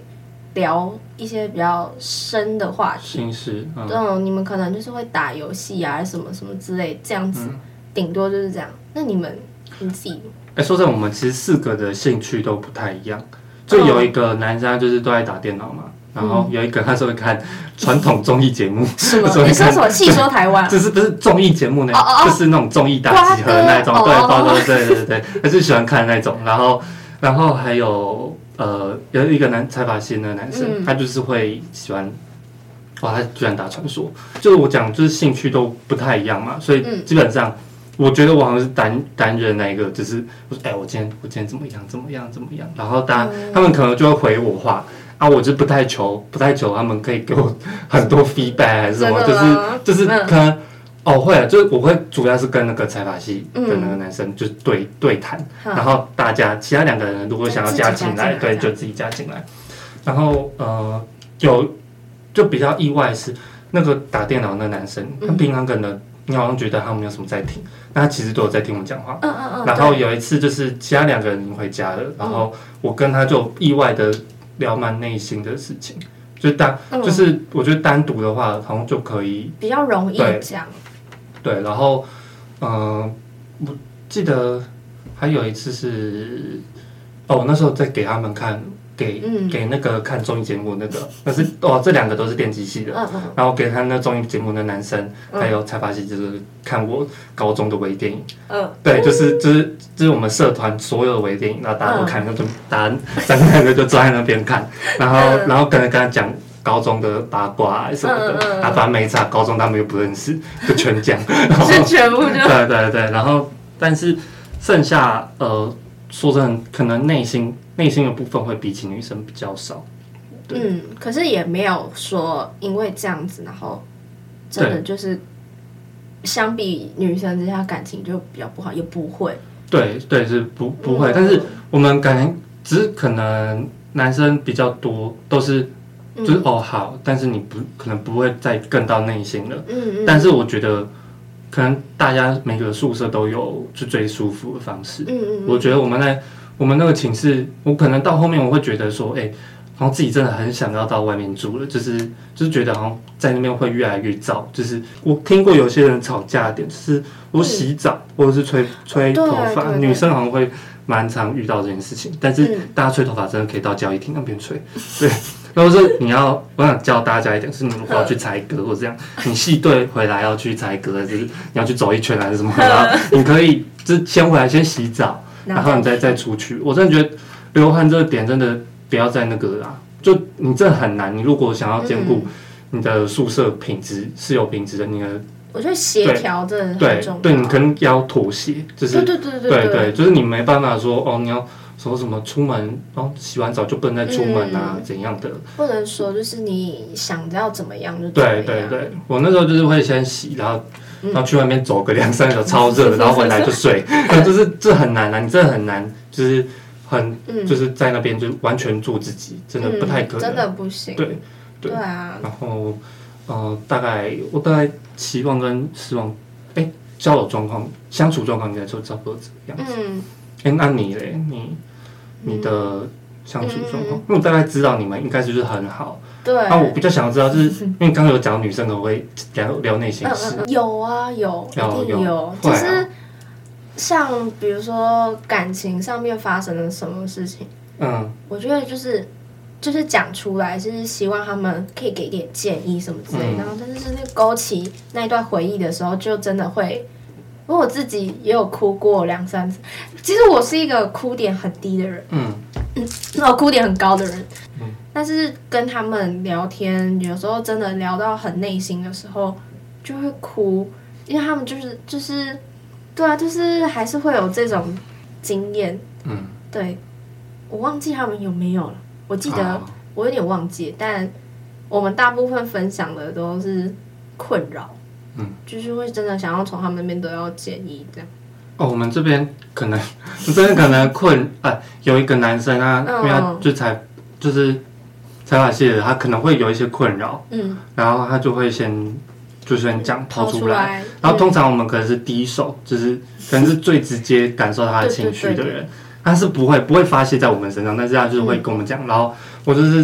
聊一些比较深的话题， 心事，嗯， 嗯，你们可能就是会打游戏啊，什么什么之类这样子，顶、嗯、多就是这样。那你们你自己， 哎、欸，说真的，我们其实四个的兴趣都不太一样。就有一个男生就是都在打电脑嘛，然后有一个他是会看传统综艺节目， 什么？你说什么？戏说台湾？ 就是不是综艺节目那种， oh, oh, 就是那种综艺大集合的那种，对，包哥，对对对，他是喜欢看那种。然后，然后还有呃，有一个男财阀系的男生、嗯，他就是会喜欢，哇，他居然打传说。就是我讲，就是兴趣都不太一样嘛，所以基本上。嗯，我觉得我好像是单单人那一个，就是我说，哎、欸，我今天我今天怎么样，怎么样，怎么样，然后大家、嗯、他们可能就会回我话啊，我就不太求，不太求他们可以给我很多 feedback 还是什么，就是就是可能、嗯、哦会，就是我会主要是跟那个财阀系的那个男生就是对、嗯、对谈，然后大家其他两个人如果想要加进来，对，就自己加进来，然后呃有就比较意外是那个打电脑的那男生，他平常可能你好像觉得他没有什么在听。那他其实都有在听我讲话， 嗯嗯嗯。 然后有一次就是其他两个人已经回家了，然后我跟他就意外的聊蛮内心的事情，就单、嗯、就是我觉得单独的话好像就可以比较容易讲。 对，然后嗯、呃，我记得还有一次是哦，我那时候在给他们看。给、嗯、给那个看综艺节目那个，但是哦，这两个都是电机系的，嗯嗯、然后给他那综艺节目的男生，嗯、还有财阀系，就是看我高中的微电影，嗯，对，就是就是就是我们社团所有的微电影，然后大家都看，嗯、就大家三个人就坐在那边看，然后、嗯、然后可能跟他讲高中的八卦啊什么的，嗯嗯、啊，反正没差，高中他们又不认识，就全讲， 是全部就对对对，然后但是剩下呃，说真的，可能内心。内心的部分会比起女生比较少， 嗯，可是也没有说因为这样子，然后真的就是相比女生之下感情就比较不好，也不会。 对对，是不不会、嗯，但是我们感情只是可能男生比较多，都是就是、嗯、哦好，但是你不可能不会再更到内心了，嗯嗯。但是我觉得可能大家每个宿舍都有就最舒服的方式，嗯嗯。我觉得我们在。我们那个寝室，我可能到后面我会觉得说，哎、欸，好像自己真的很想要到外面住了，就是就是觉得好像在那边会越来越燥。就是我听过有些人吵架的点，就是我洗澡、嗯、或者是吹吹头发，女生好像会蛮常遇到这件事情。但是大家吹头发真的可以到交易厅那边吹，对。然后是你要，我想教大家一点，是你如果要去采歌或者这样，你系队回来要去采歌，就是你要去走一圈还是什么，然后你可以就是先回来先洗澡。然后你再再出去，我真的觉得流汗这个点真的不要再那个啦，就你真的很难。你如果想要兼顾你的宿舍品质是有品质的，你的我觉得协调真的很重要。 对，对你可能要妥协，就是对对对对对, 对, 对，就是你没办法说哦，你要说什么出门哦，洗完澡就不能再出门啊，嗯、怎样的？ 不能说就是你想要怎么样就怎么样。 对对对，我那时候就是会先洗，然后。然后去外面走个两三个超热，然后回来就睡，就是这很难啊！你真的很难，就是很、嗯、就是在那边就完全做自己，真的不太可能， 嗯、真的不行。 对对, 对啊。 然后呃，大概我大概期望跟失望，哎，交友状况、相处状况应该就差不多这个样子。嗯。哎，那你嘞？你你的相处状况，因为我大概知道你们应该就是很好。 对， 那、啊、我比较想要知道，就是因为刚刚有讲女生可能会聊聊内心事、嗯嗯， 有啊有，一定有，有就是、啊、像比如说感情上面发生了什么事情，嗯，我觉得就是就是讲出来，就是希望他们可以给点建议什么之类的，嗯、然后但是那勾起那一段回忆的时候，就真的会，因为我自己也有哭过两三次。其实我是一个哭点很低的人，嗯，然后哭点很高的人。但是跟他们聊天，有时候真的聊到很内心的时候，就会哭，因为他们就是就是，对啊，就是还是会有这种经验。嗯，对，我忘记他们有没有了，我记得、啊、我有点忘记，但我们大部分分享的都是困扰，嗯，就是会真的想要从他们那边得到建议这样。 哦，我们这边可能这边可能困啊，有一个男生啊，嗯、因为他就才就是。财阀系的他可能会有一些困扰，嗯，然后他就会先就先讲抛出来，然后通常我们可能是第一手，就是可能是最直接感受到他的情绪的人，他是不会不会发泄在我们身上，但是他就是会跟我们讲，然后我就是就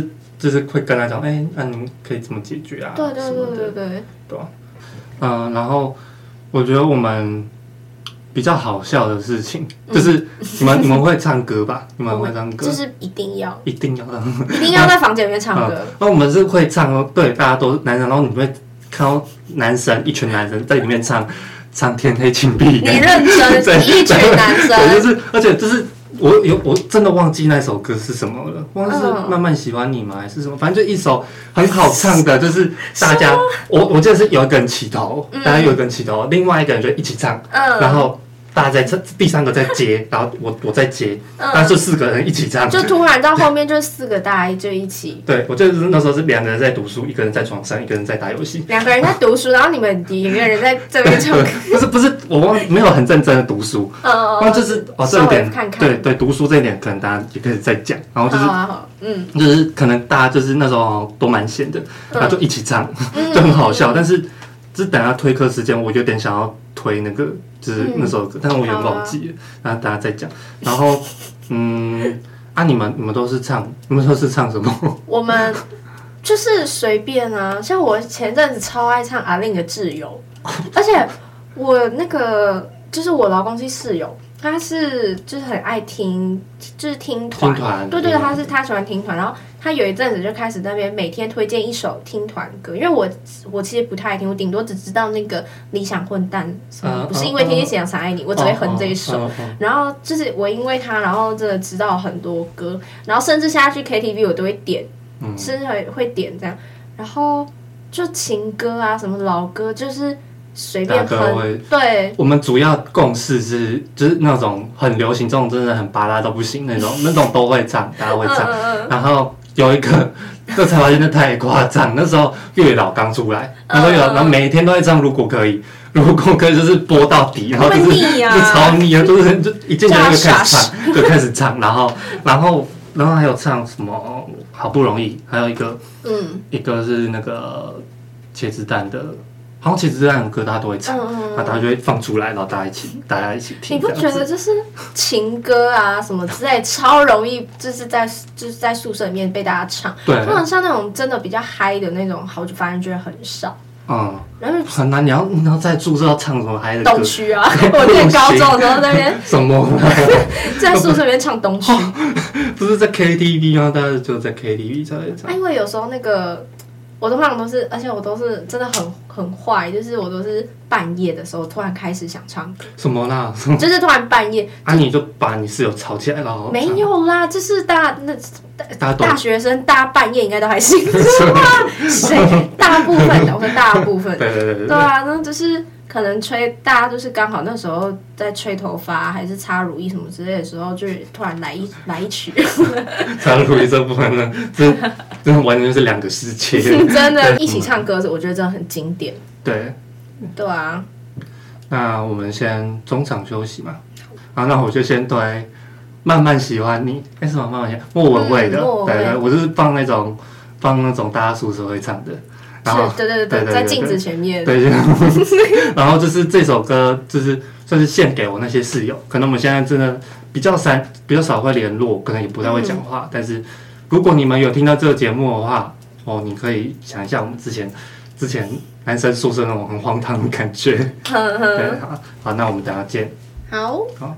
就是会跟他讲，哎、欸，那、啊、你们可以怎么解决啊？ 对对对对对， 对啊，嗯、呃，然后我觉得我们比较好笑的事情，就是、嗯、你们你们会唱歌吧？你们会唱歌， 就是一定要， 一定要， 一定要在房间里面唱歌。 那、嗯、我们是会唱，对，大家都是男生，然后你会看到男生一群男生在里面唱唱天黑请闭眼。 你认真，一群男生， 对，就是而且就是。我有我真的忘记那首歌是什么了，忘记是慢慢喜欢你吗还是什么，反正就一首很好唱的，就是大家我我记得是有一个人起头，大家有一个人起头，另外一个人就一起唱，嗯、然后大家在第三个在接，然后我我在接，但是四个人一起唱， 就突然到后面就四个大家就一起。 对，我记得那时候是两个人在读书，一个人在床上，一个人在打游戏。 两个人在读书，然后你们一个人在这边唱歌。 不是不是，我忘没有很认真的读书，嗯嗯，就是哦这一点， 看看对对，读书这一点可能大家也可以再讲，然后就是好好嗯， 就是可能大家就是那时候都蛮闲的，然后就一起唱，就很好笑，但是。就是等下推歌时间，我有点想要推那个，就是那首歌，嗯、但是我有点忘记了，然后大家再讲。然后，嗯，啊，你们你们都是唱，你们都是唱什么？ 我们就是随便啊，像我前阵子超爱唱阿令的挚友，而且我那个就是我老公是室友。他是就是很爱听，就是听团，对对对，他是他喜欢听团，然后他有一阵子就开始那边每天推荐一首听团歌，因为我我其实不太爱听，我顶多只知道那个理想混蛋什么，不是因为天天想想爱你，我只会哼这一首，然后就是我因为他，然后真的知道很多歌，然后甚至现在去 K T V 我都会点，甚至会会点这样，然后就情歌啊什么老歌就是。随便哼，对， 我们主要共识是，就是那种很流行，这种真的很拔拉都不行那种，那种都会唱，大家会唱。嗯嗯然后有一个，这才发现那太夸张。那时候月老刚出来，然后有，然后每天都在唱，如果可以，如果可以就是播到底，然后就是、啊、就超腻啊，就是就一进去就开始唱，就开始唱，然后然后然后还有唱什么好不容易，还有一个，嗯，一个是那个茄子蛋的。好像其实这样的歌大家都会唱，嗯、然后大家就会放出来，然后大家一起，大家一起听。 你不觉得就是情歌啊什么之类，超容易就是在就是在宿舍里面被大家唱。对，通常像那种真的比较嗨的那种，好就反正觉得很少。嗯，然后很难，你要你要在宿舍要唱什么嗨的歌？ 东区啊！我念高中的时候在那边什么？ 在宿舍里面唱东区， 不是在 K T V 吗？大家就在 K T V 才会唱。 因为有时候那个。我通常都是，而且我都是真的很很坏，就是我都是半夜的时候突然开始想唱歌。 什么啦？ 就是突然半夜， 啊，你就把你室友吵起来了？ 没有啦，就是大那大大学生，大家半夜应该都还行，是吗？谁？大部分的，我说大部分。 对对对对。 对啊，那就是可能吹，大家就是刚好那时候在吹头发，还是擦乳液什么之类的时候，就突然来一来一曲。 擦乳液这部分呢，这这完全是两个世界。 真的，一起唱歌，我觉得真的很经典。 对。 对啊。 那我们先中场休息嘛。好，那我就先推。慢慢喜欢你，哎、欸，什么慢慢喜欢？莫文蔚的，嗯、对对，我就是放那种放那种大家宿舍会唱的，然后对对 对, 对, 对, 对，在镜子前面， 对，然后就是这首歌就是算是献给我那些室友，可能我们现在真的比较少比较少会联络，可能也不太会讲话，嗯、但是如果你们有听到这个节目的话，哦，你可以想一下我们之前之前男生宿舍那种很荒唐的感觉，对，好，好，那我们等一下见， 好， 好。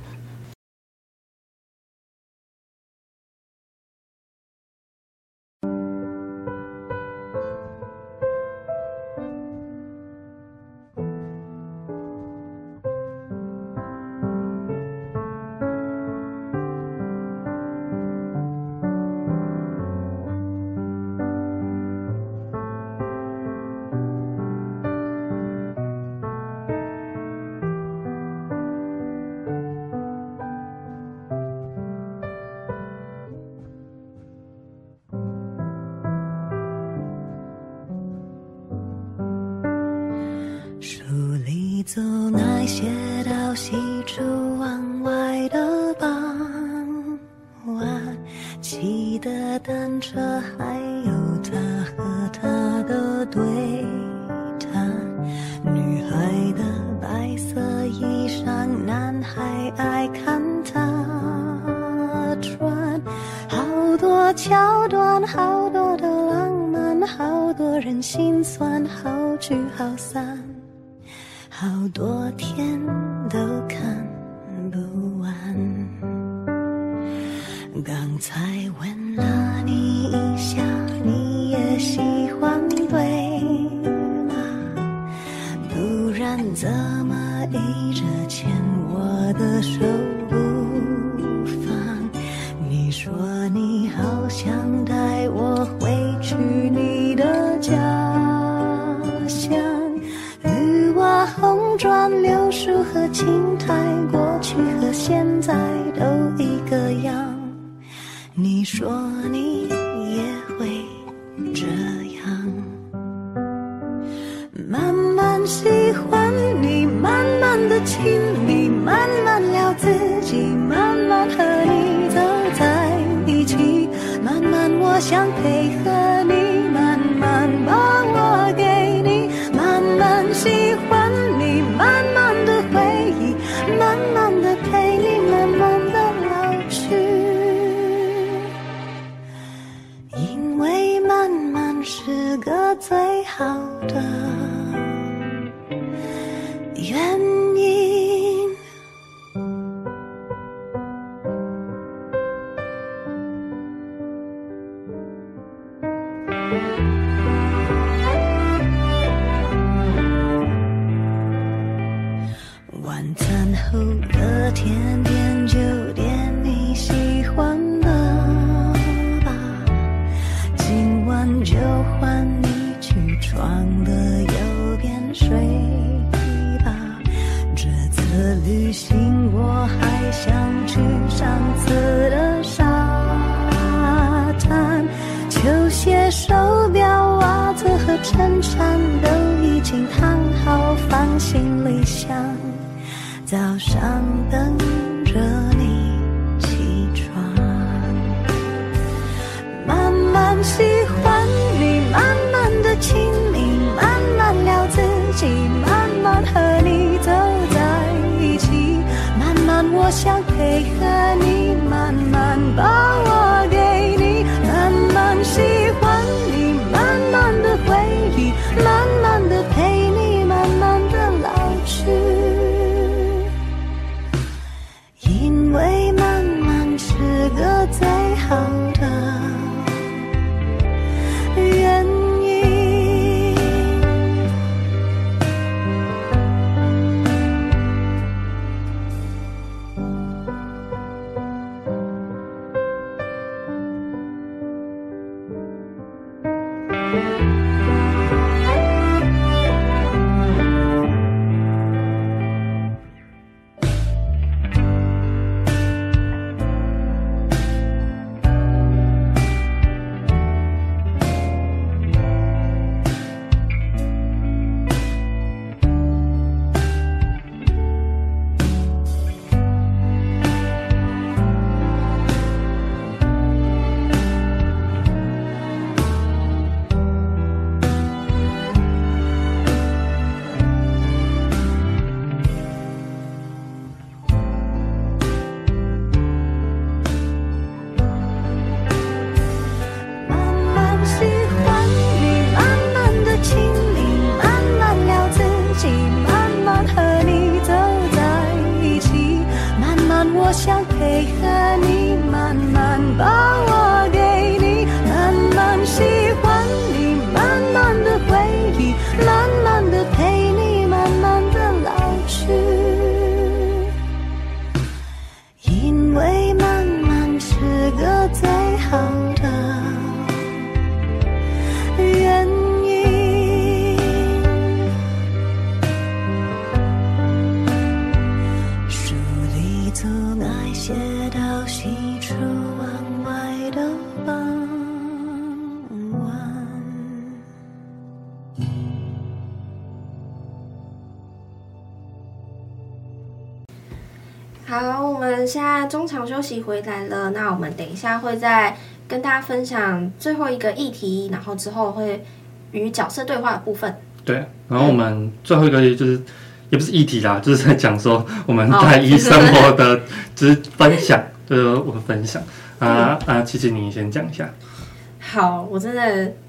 走那些到西出往外的傍晚，骑的单车，还有他和他的对谈。女孩的白色衣裳，男孩爱看她穿。好多桥段，好多人心酸，好聚好散，好多天都看不完。刚才问了你一下，你也喜欢对吗？不然怎么一直牵我的手不放？你说你好想带我回去你的家乡，绿瓦红砖柳树和青苔，过去和现在都一个样。你说你也会这样，慢慢喜欢你，慢慢的亲密，慢慢聊自己，慢慢和你走在一起，慢慢我想配合你，慢慢把我给你，慢慢喜欢你，慢慢的回忆，慢慢的陪你，慢慢的老去。因为慢慢是个最好的原因。晚餐后的甜点就点你喜欢的吧，今晚就换你去床的右边睡吧。这次旅行我还想去上次的沙滩，球鞋、手表、袜子和衬衫都已经烫好放行李箱，早上等着你起床。慢慢喜欢你，慢慢的亲密，慢慢聊自己，慢慢和你走在一起，慢慢我想配合你，慢慢把我给你，慢慢喜欢你，慢慢的回忆，慢慢的陪你，慢慢的老去。因为慢慢是个最好的原因。我想配合你，慢慢把我给你，慢慢喜欢你，慢慢的回忆，慢慢的陪你，慢慢的老去。因为慢慢是个最好的原因。书里总爱写到喜出望外的傍晚。 好，我们现在中场休息回来了，那我们等一下会再跟大家分享最后一个议题，然后之后会与角色对话的部分。 对，然后我们最后一个就是也不是议题啦，就是在讲说我们在医生活的就是分享，就是我的分享啊啊，琪琪你先讲一下。 好，我真的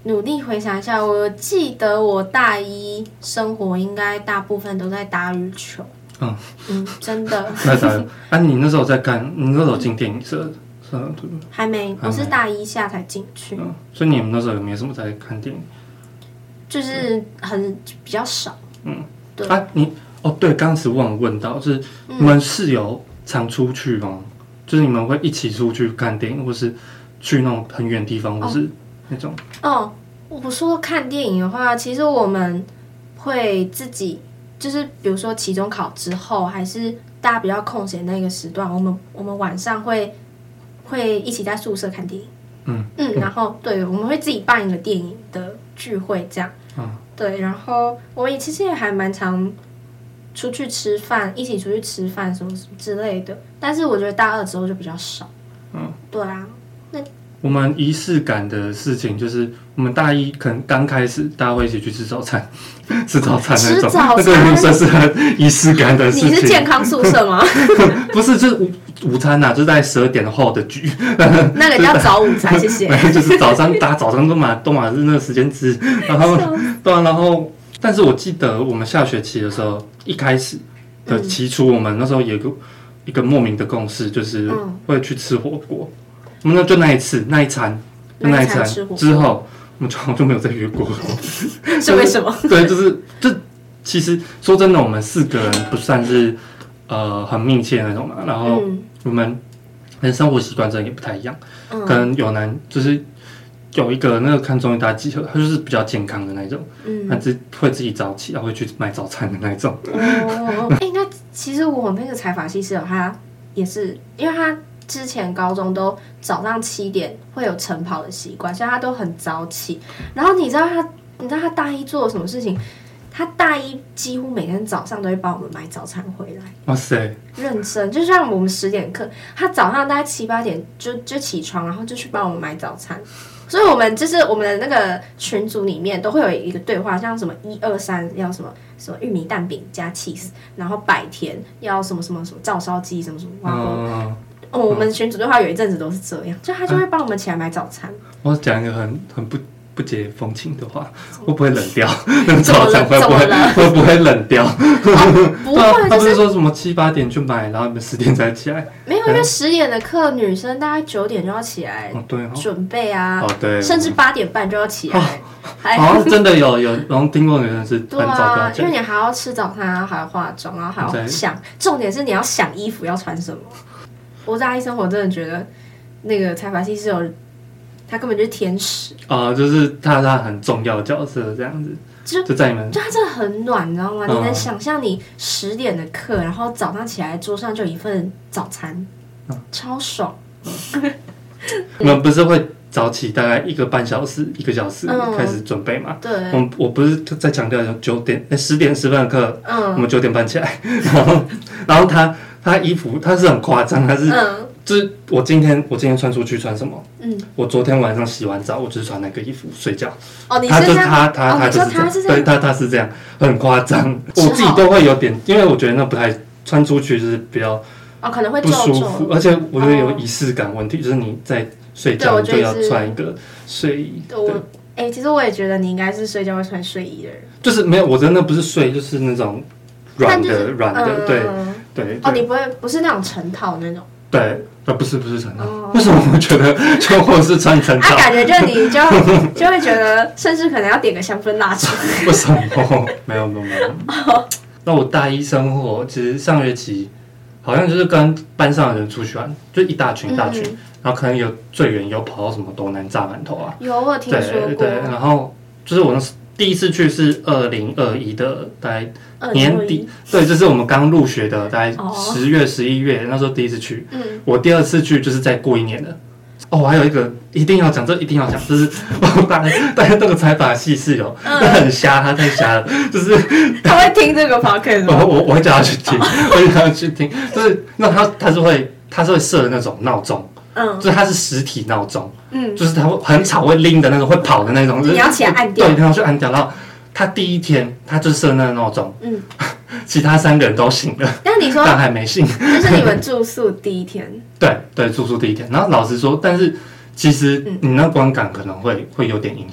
努力回想一下，我记得我大一生活应该大部分都在打羽球。嗯嗯，真的。 那打啊，你那时候在干？你那时候进电影社？ 还没，我是大一下才进去。 嗯，所以你们那时候有没有什么在看电影？ 就是很比较少。嗯，对啊，你哦对，刚才忘了问到，就是你们室友常出去吗？嗯、就是你们会一起出去看电影，或是去那种很远的地方，或是那种？ 哦，我说看电影的话，其实我们会自己，就是比如说期中考之后，还是大家比较空闲那个时段，我们我们晚上会。会一起在宿舍看电影，嗯嗯，然后对，我们会自己办一个电影的聚会，这样，嗯，对，然后我们其实也还蛮常出去吃饭，一起出去吃饭什么什么之类的，但是我觉得大二之后就比较少，嗯，对啊，那我们仪式感的事情就是我们大一可能刚开始大家会一起去吃早餐，吃早餐那种，那个算是很仪式感的事情。 你是健康宿舍吗？ 不是，就是午午餐呐、啊，就是在十二点后的局。 那个叫早午餐，谢谢。 就是早上，大家早上都嘛都嘛是那个时间吃，然后对啊，然后，但是我记得我们下学期的时候，一开始的起初，我们那时候有一个一个莫名的共识，就是会去吃火锅。我们那就那一次那一餐，就那一餐之后，我们就就没有再约过。 是为什么？ 对，就是就其实说真的，我们四个人不算是呃很密切的那种嘛，然后我们人生活习惯真的也不太一样，嗯、可能有男就是有一个那个看综艺大集合，他就是比较健康的那种，嗯，他自会自己早起，然后会去买早餐的那种。 哦，哎、欸，那其实我那个财法系室友他也是，因为他。之前高中都早上七点会有晨跑的习惯，所以他都很早起。然后你知道他，你知道他大一做了什么事情？他大一几乎每天早上都会帮我们买早餐回来。 哇塞， 认真！就像我们十点课，他早上大概七八点就就起床，然后就去帮我们买早餐。所以我们就是我们的那个群组里面都会有一个对话，像什么一二三要什么什么玉米蛋饼加 cheese， 然后百田要什么什么什么照烧鸡什么什么哇。嗯哦，我们群组对话有一阵子都是这样，就他就会帮我们起来买早餐。 我讲一个很很不不解风情的话，会不会冷掉？那个早餐会不会会不会冷掉？ 哦、不会， 他不是说什么七八点去买，然后你们十点才起来？ 没有，因为十点的课，女生大概九点就要起来， 哦对哦， 准备啊， 哦对， 甚至八点半就要起来。 好像真的有有，然后听过女生是很早就要起来， 因为你还要吃早餐，然后还要化妆，然后还要想，重点是你要想衣服要穿什么。我大一生活真的觉得，那个财阀系是有，他根本就是天使啊、呃，就是他他很重要的角色这样子，就就在你们， 就他真的很暖，你知道吗？嗯、你能想象你十点的课，然后早上起来桌上就有一份早餐，嗯、超爽。 你们不是会早起大概一个半小时、一个小时开始准备嘛？ 对， 我我不是在强调九点、十点十分的课，嗯，我们九点半起来，然后然后他。他衣服他是很夸张，他是、嗯、就是我今天我今天穿出去穿什么？嗯，我昨天晚上洗完澡，我就是穿那个衣服睡觉。 哦，你是这样？他就是他他、哦、他就是这样，对他他是这样，很夸张。我自己都会有点，因为我觉得那不太穿出去就是比较哦可能会不舒服，而且我觉得有仪式感问题，哦、就是你在睡觉你就要穿一个睡衣。 我哎、欸，其实我也觉得你应该是睡觉会穿睡衣的人。 就是没有，我真的不是睡，就是那种软的软、就是、的，对。嗯对哦，你不会不是那种成套那种？ 对，呃，不是不是成套。哦、为什么我觉得就或是穿成套？ 啊，感觉就你就就会觉得，甚至可能要点个香氛蜡烛。 为什么？没有没有没有。哦、那我大一生活，其实上学期好像就是跟班上的人出去玩，就一大群一大群，嗯、然后可能有最远有跑到什么斗南炸馒头啊。 有，我有听说过。 对对，然后就是我那时。第一次去是二零二一的大概年底，对，就是我们刚入学的大概十月十一月，那时候第一次去。嗯，我第二次去就是再过一年了。哦，我还有一个一定要讲，这一定要讲，就是大家大家那个财阀系室友，他很瞎，他太瞎了，就是他会听这个 podcast 吗？我我我会叫他去听，我会叫他去听，就是那他他是会他是会设那种闹钟。嗯，就是它是实体闹钟，嗯，就是它会很吵、会拎的那种、会跑的那种， 你要起来按掉， 对，你要去按掉。然后他第一天他就设那个闹钟，嗯，其他三个人都醒了， 但你说但还没醒， 就是你们住宿第一天， 对对，住宿第一天。然后老实说，但是其实你那观感可能会会有点影响，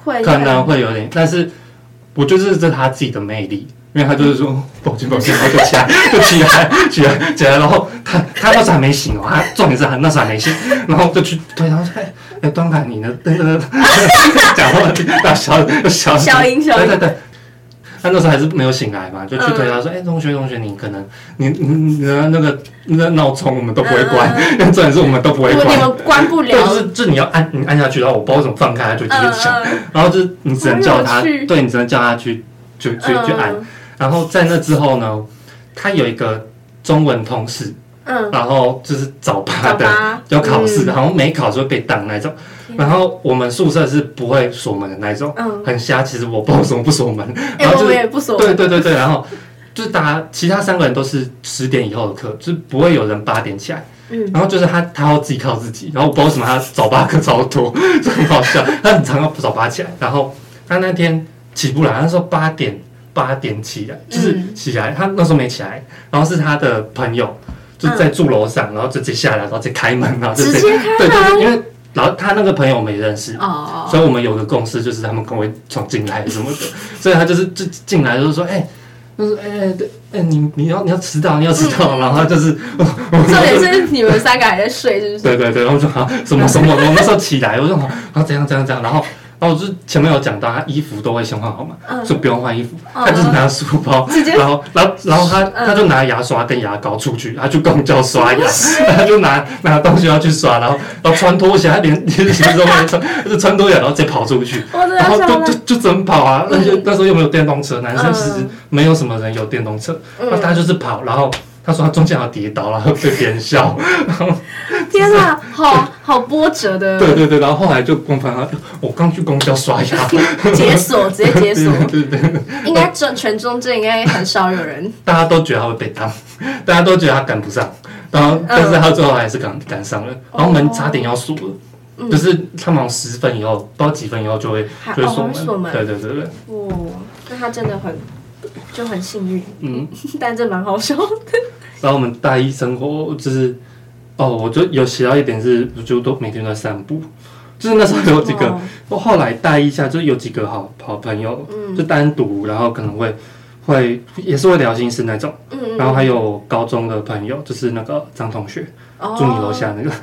会可能会有点，但是我觉得这是他自己的魅力。因为他就是说抱歉抱歉，然后就起来就起来起来起来，然后他他那时候还没醒哦，他重点是他那时候还没醒，然后就去推他说哎哎端凯你呢？那个讲话要小小小音小音， 对对对，他那时候还是没有醒来嘛，就去推他说哎、嗯欸、同学同学你可能你你你的那个那个闹钟我们都不会关，因为、嗯、重点是我们都不会关， 你们关不了， 对，就是就是你要按你按下去，然后我不知道怎么放开，他就继续响、嗯，然后就是你只能叫他，对你只能叫他去去去去按。然后在那之后呢，他有一个中文通识，嗯，然后就是早八的要考试，然后没考就会被当那种。然后我们宿舍是不会锁门的那种，嗯，很瞎。其实我不知道为什么不锁门，然后就、 欸、我们也不锁门。 对对对对，然后就是大家其他三个人都是十点以后的课，就是不会有人八点起来。嗯，然后就是他他要自己靠自己，然后我不知道为什么他早八课超多，就很好笑。他很常要早八起来，然后他那天起不来，他说八点。八点起来，就是起来、嗯，他那时候没起来，然后是他的朋友就在住楼上、嗯，然后直接下来，然后直接开门，然后就直接开门， 对对对，因为然后他那个朋友我们也认识，哦，所以我们有个共识，就是他们可能会闯进来什么的，所以他就是就进来就是说，哎、欸，就是哎哎对，哎、欸、你你要你要迟到，你要迟到，嗯、然后他就是， 重点是你们三个还在睡，是不是？ 对对对，然后就好什么什么，我那时候起来，我说好，然后怎样怎样怎样，然后。然后我就前面有讲到，他衣服都会先换好嘛，嗯、就不用换衣服，嗯、他就是拿书包，然后然后然后他、嗯、他就拿牙刷跟牙膏出去，他去公交刷牙，他就拿拿东西要去刷，然后然后穿拖鞋，他连连鞋都没穿，就穿拖鞋然后再跑出去，然后就就就真跑啊！而且、嗯、那时候又没有电动车，男生其实没有什么人有电动车，嗯、那他就是跑，然后。他说他中间要跌倒，然后被别人笑，然后天哪，好好波折的。 对对对，然后后来就公判他，我刚去公交刷牙， 解锁直接解锁， 对对对， 应该全全中这应该很少有人， 大家都觉得他会被当，大家都觉得他赶不上，然后、嗯、但是他最后还是赶赶上了，然后门差点要锁了。嗯、就是他们十分以后，不知道几分以后就会就会锁门， 锁门， 对对对对。 哦，那他真的很就很幸运，嗯，但这蛮好笑的。 然后我们大一生活就是，哦，我就有写到一点是，我就都每天都在散步，就是那时候有几个，我、哦、后来大一下就有几个好好朋友，嗯，就单独，然后可能会会也是会聊心事那种，嗯嗯，然后还有高中的朋友，就是那个张同学。哦、住你楼下那个，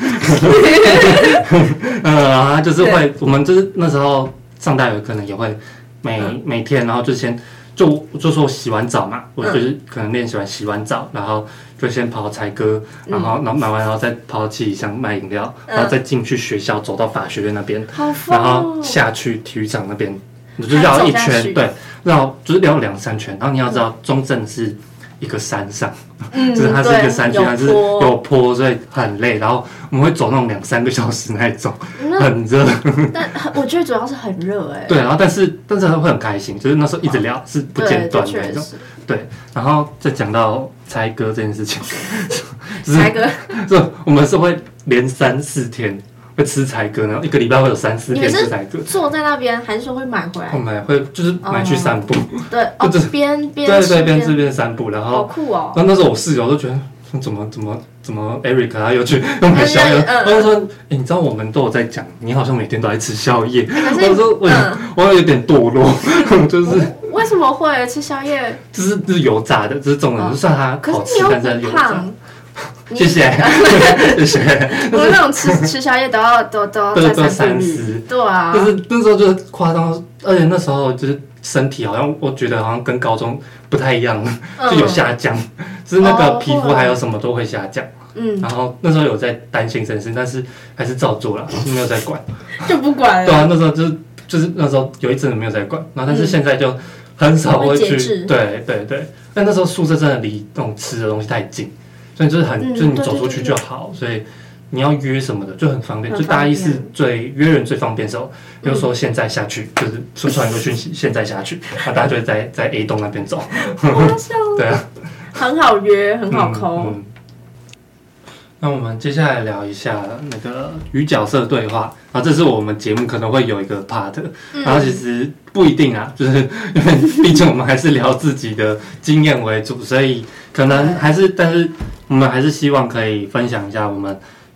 嗯，然后他就是会，我们就是那时候上大学可能也会每、嗯、每天，然后就先就就说洗完澡嘛，我就是可能练习完洗完澡，然后就先跑采歌，然后然后买完然后再跑到七里香卖饮料，然后再进去学校，走到法学院那边， 嗯、 然后下去体育场那边，你就绕一圈，对，绕就是绕两三圈，然后你要知道中正是一个山上。嗯，就是它是一个山区，它是有坡，所以很累。然后我们会走那种两三个小时那种，很热。 但我觉得主要是很热哎、欸。 对，然后但是但是会很开心，就是那时候一直聊、哦、是不间断的那种。对，然后再讲到猜歌这件事情， 猜歌， 就我们是会连三四天。会吃采歌，然后一个礼拜会有三四天吃采歌。 坐在那边还是说会买回来？ 会买，会就是买去散步。 哦、对，哦，边边对对边吃边散步，然后好酷哦。 然后那时候我室友都觉得怎么怎么怎么 Eric 他又去又买宵夜，然后说，哎，你知道我们都有在讲，你好像每天都在吃宵夜。我说我我有点堕落，就是为什么会吃宵夜？ 就是就是油炸的，这是重点，就算它好吃，但是油炸。谢谢，谢谢。 我们那种吃吃宵夜都要都都要再三思， 对啊。 就是那时候就是夸张，而且那时候就是身体好像我觉得好像跟高中不太一样，就有下降，就是那个皮肤还有什么都会下降。嗯。然后那时候有在担心身世，但是还是照做了，没有在管。 就不管了。 对啊，那时候就是就是那时候有一阵子没有在管，然后但是现在就很少会去，对对对。但那时候宿舍真的离那种吃的东西太近。所以就是很，嗯、就是你走出去就好，所以你要约什么的就很方便。就大一是最约人最方便的时候，比如说现在下去，就是出传一个讯息，现在下去，啊，大家就会在在 A 栋那边走。对啊， 很好约，很好抠。嗯嗯、 那我们接下来聊一下那个与角色对话啊，这是我们节目可能会有一个 part，、嗯、然后其实不一定啊，就是因为毕竟我们还是聊自己的经验为主，所以可能还是，但是我们还是希望可以分享一下我们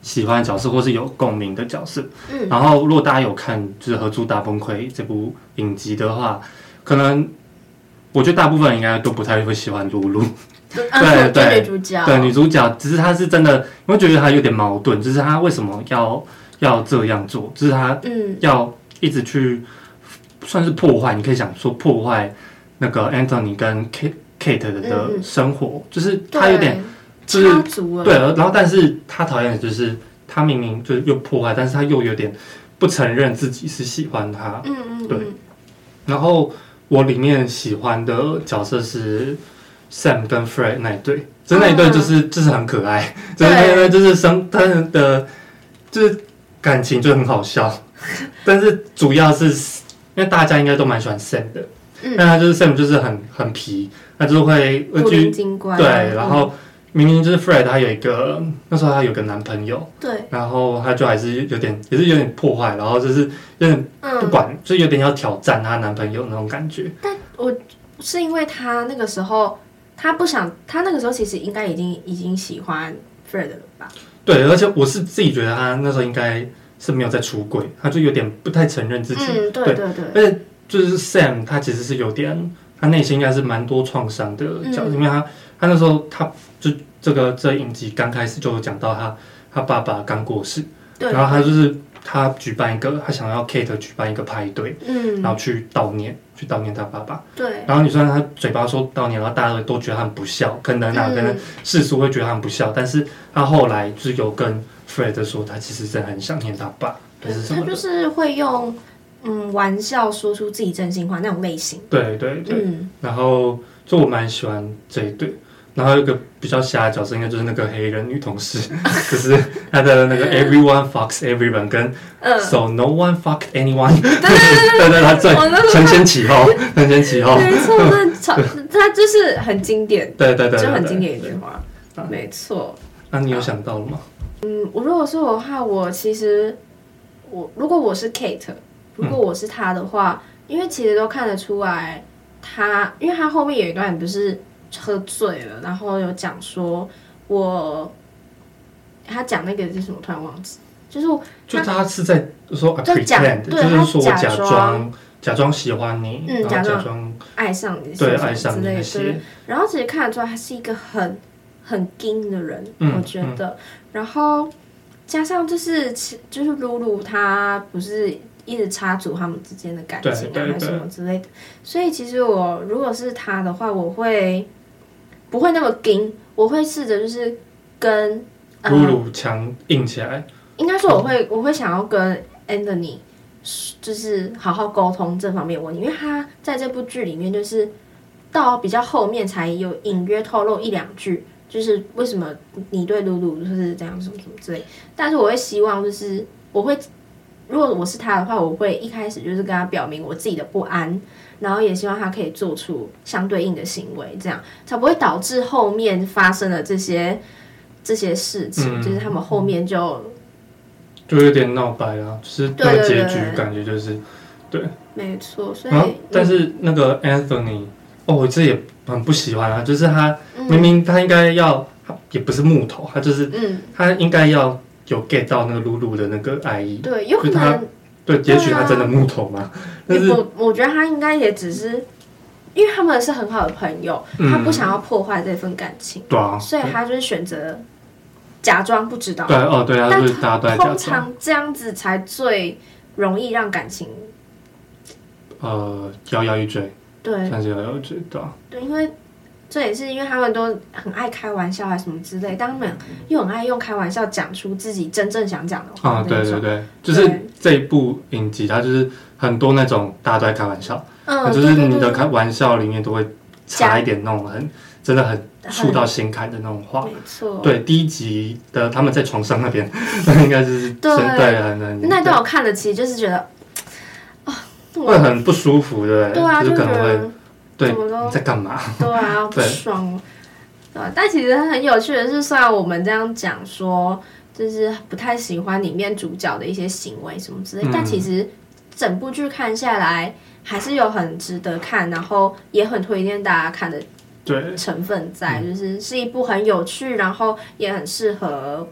喜欢的角色或是有共鸣的角色。嗯，然后如果大家有看就是《合租大崩溃》这部影集的话，可能我觉得大部分人应该都不太会喜欢露露。 对对，女主角对女主角，只是她是真的，我会觉得她有点矛盾，就是她为什么要要这样做，就是她要一直去算是破坏，你可以想说破坏那个 Anthony 跟 Kate 的的生活，嗯、就是她有点就是对，然后但是她讨厌的就是她明明就是又破坏，但是她又有点不承认自己是喜欢他，嗯嗯，对。然后我里面喜欢的角色是。Sam 跟 Fred 那一对，就那一对就是、嗯、就是很可爱，就是那对就是生他们的就是感情就很好笑，但是主要是因为大家应该都蛮喜欢 Sam 的，嗯，但他就是 Sam 就是很很皮，他就会古灵精怪， 对，然后明明就是 Fred 他有一个那时候他有个男朋友， 对， 然后他就还是有点也是有点破坏，然后就是有点不管，嗯、就有点要挑战她男朋友那种感觉。 但我是因为他那个时候。他不想，他那个时候其实应该已经已经喜欢 Fred 了吧？ 对，而且我是自己觉得他那时候应该是没有在出轨，他就有点不太承认自己。 嗯，对对对。 而且就是 Sam， 他其实是有点，他内心应该是蛮多创伤的角色，嗯、因为他他那时候他就这个这影集刚开始就有讲到他他爸爸刚过世，然后他就是他举办一个，他想要 Kate 举办一个派对，嗯，然后去悼念。去悼念他爸爸， 对。 然后你虽然他嘴巴说悼念，然后大家都觉得他很不孝，可能啊，嗯、可能世俗会觉得他很不孝，但是他后来就是有跟 Fred 说，他其实真的很想念他爸， 对，他就是会用嗯玩笑说出自己真心话那种类型。 对对对，嗯、然后就我蛮喜欢这一对。然后有一个比较瞎的角色，应该就是那个黑人女同事，就是她的那个 Everyone fucks everyone 跟 So no one fuck anyone， 对对对，她最承先启后，承先启后， 没错，那她就是很经典， 对对对， 就很经典一句话，没错。 那你有想到了吗？ 嗯，我如果是我的话，我其实我如果我是 Kate， 如果我是她的话，因为其实都看得出来，她因为她后面有一段不是。喝醉了，然后有讲说我，他讲那个是什么？突然忘记，就是就他是在说 pretend， 就是说我假装假装喜欢你， 嗯， 假装爱上你， 对，爱上你那些。然后其实看得出来，他是一个很很硬的人，嗯、我觉得。嗯、然后加上就是就是露露，她不是一直插足他们之间的感情啊，还是什么之类的。所以其实我如果是他的话，我会。不会那么硬，我会试着就是跟露露强硬起来。 应该说我会，我会想要跟 Anthony 就是好好沟通这方面问题，因为他在这部剧里面就是到比较后面才有隐约透露一两句，就是为什么你对露露就是这样什么什么之类。但是我会希望就是我会，如果我是他的话，我会一开始就是跟他表明我自己的不安。然后也希望他可以做出相对应的行为，这样才不会导致后面发生的这些这些事情，嗯、就是他们后面就就有点闹掰了，就是那个结局感觉就是对， 没错。所以， 但是那个 Anthony， 哦，我这也很不喜欢啊，就是他、嗯、明明他应该要，他也不是木头，他就是，嗯、他应该要有 get 到那个露露的那个爱意， 对，有可能。 对，也许他真的木头嘛，但是我我觉得他应该也只是，因为他们是很好的朋友，嗯、他不想要破坏这份感情， 对啊， 所以他就是选择假装不知道。 对哦，对啊， 但就是大家都在假装。 通常这样子才最容易让感情呃摇摇欲坠， 对， 算是摇摇欲坠，对啊， 对，因为。这也是因为他们都很爱开玩笑还是什么之类，但他们又很爱用开玩笑讲出自己真正想讲的话。 啊，对对对，就是这一部影集，它就是很多那种大家都在开玩笑，嗯，就是你的开玩笑里面都会插一点那种很真的很触到心坎的那种话。 没错。 对，第一集的他们在床上那边，那应该是对对很那段我看的，其实就是觉得啊，会很不舒服，对不对？ 对啊， 就是可能会。对， 怎么都你在干嘛？ 对啊，不爽。对吧？但其实很有趣的是，虽然我们这样讲说，就是不太喜欢里面主角的一些行为什么之类，嗯、但其实整部剧看下来，还是有很值得看，然后也很推荐大家看的成分在，就是是一部很有趣，然后也很适合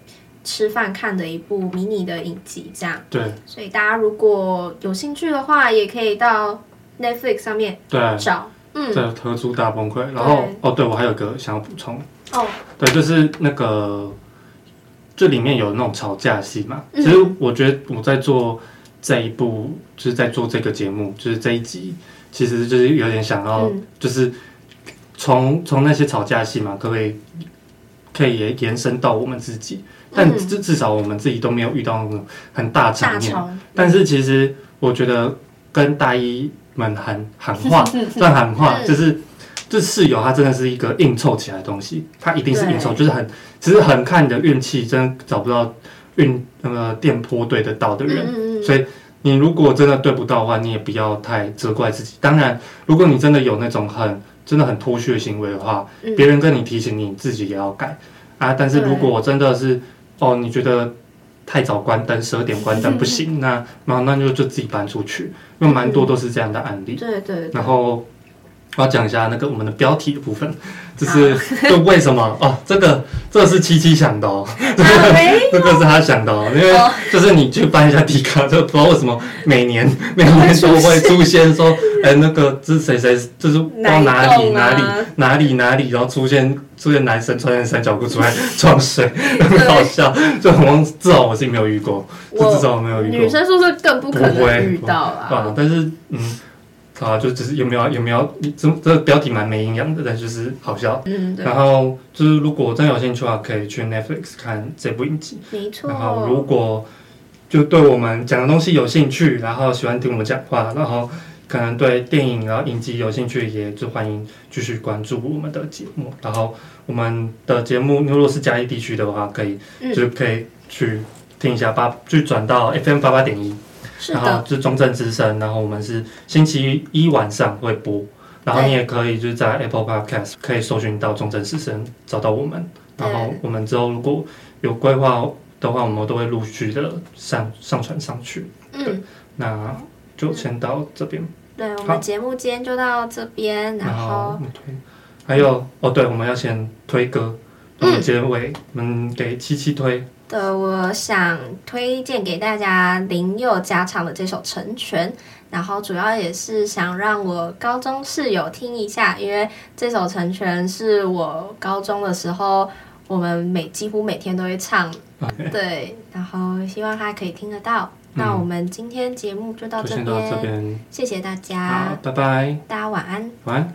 吃饭看的一部迷你的影集，这样。 对。 所以大家如果有兴趣的话，也可以到 Netflix 上面找。 嗯，对，合租大崩溃。然后哦，对我还有个想要补充。 哦。 对，就是那个，就里面有那种吵架戏嘛。嗯、其实我觉得我在做这一部，就是在做这个节目，就是这一集，其实就是有点想要，嗯、就是从从那些吵架戏嘛，可不可以可以延延伸到我们自己？但至至少我们自己都没有遇到那种很大场面。大但是其实我觉得跟大一们喊喊话，算喊话，就是。这室友他真的是一个硬凑起来的东西，他一定是硬凑，就是很，只是很看你的运气，真的找不到运那个电波对得到的人，嗯嗯所以你如果真的对不到的话，你也不要太责怪自己。当然，如果你真的有那种很真的很脱序的行为的话，别、嗯、人跟你提醒你，你自己也要改啊。但是如果真的是哦，你觉得太早关灯，十二点关灯不行，那那那就就自己搬出去，因为蛮多都是这样的案例。 对 对, 对。 然后。我要讲一下那个我们的标题的部分，就是就为什么哦，这个这个是七七想的哦，这个这个是他想的哦，因为就是你去翻一下迪卡，就不知道为什么每年每年都会出现说，哎，那个这是谁谁，就是到哪里哪里哪里哪里，然后出现出现男生穿三角裤出来装水，很好笑，就很至少我自己没有遇过，至少我没有遇过， 女生是不是更不可能遇到啊？ 但是嗯。啊，就只是有没有有没有，这这个标题蛮没营养的，但就是好笑。嗯，对。然后就是如果真有兴趣的话，可以去 Netflix 看这部影集。 没错。 然后如果就对我们讲的东西有兴趣，然后喜欢听我们讲话，然后可能对电影然后影集有兴趣，也就欢迎继续关注我们的节目。然后我们的节目，如果是嘉义地区的话，可以、嗯、就可以去听一下，八去转到 F M 八八点一。然后就是中正之声，然后我们是星期一晚上会播，然后你也可以就是在 Apple Podcast 可以搜寻到中正之声找到我们，然后我们之后如果有规划的话，我们都会陆续的上上传上去。嗯，对，那就先到这边。 对，我们节目今天就到这边，然后推，还有哦，对，我们要先推歌，我们结尾我们给七七推。 对，我想推荐给大家林宥嘉唱的这首《成全》，然后主要也是想让我高中室友听一下，因为这首《成全》是我高中的时候我们每几乎每天都会唱， okay. 对，然后希望他可以听得到。嗯、那我们今天节目就到这边，就先到这边，谢谢大家， 好，拜拜， 大家晚安， 晚安。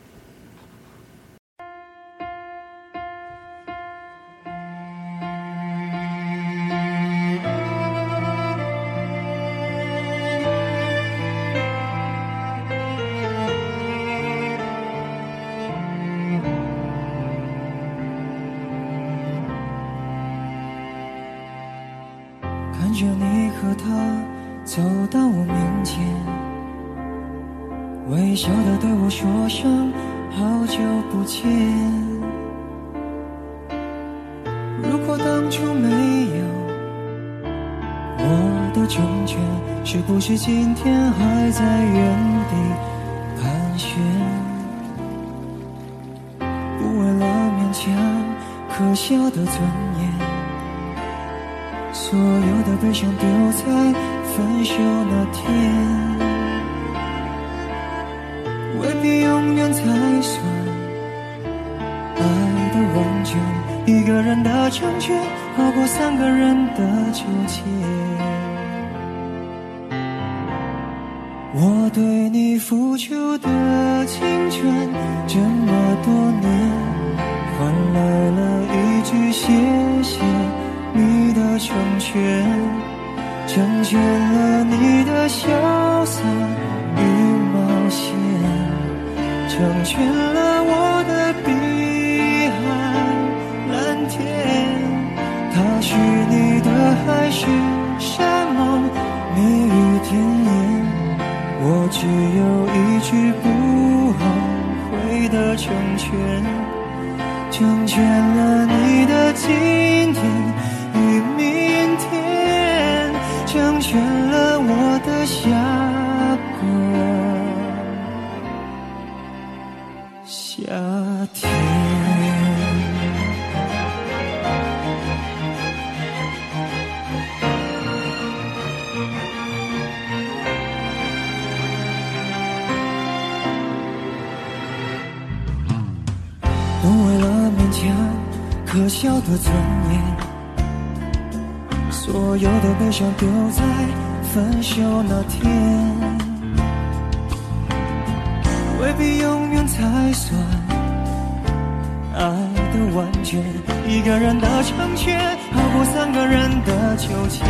看着你和他走到我面前，微笑地对我说声好久不见。如果当初没有我的成全，是不是今天还在原地盘旋？不为了勉强可笑的尊严，所有的悲伤丢在分手那天，未必永远才算爱的完全，一个人的成全好过三个人的纠结。我对你付出的青春这么多年，换来了一句谢谢你的成全，成全了你的潇洒与冒险，成全了我的碧海蓝天。他是你的海誓山盟，蜜语甜言，我只有一句不后悔的成全，成全了你的今天与明天，成全了我的下个夏天。 都为了勉强可笑的尊严，所有的悲伤丢在分手那天，未必永远才算爱的完全，一个人的成全好过三个人的纠结。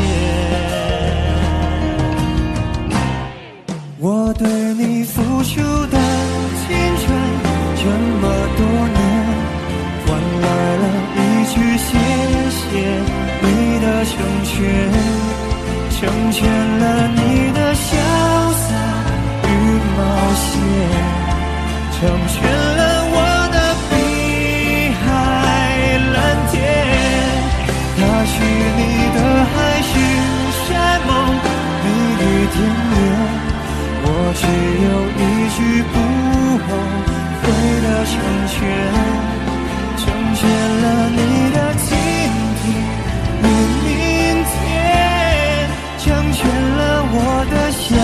我对你付出的青春这么多年，换来了一句谢谢你的成全，成全了你的潇洒与冒险，成全了我的碧海蓝天。他许你的海誓山盟，蜜语甜言，我只有一句不后悔的成全，成全了你的今天与明天，成全了我的下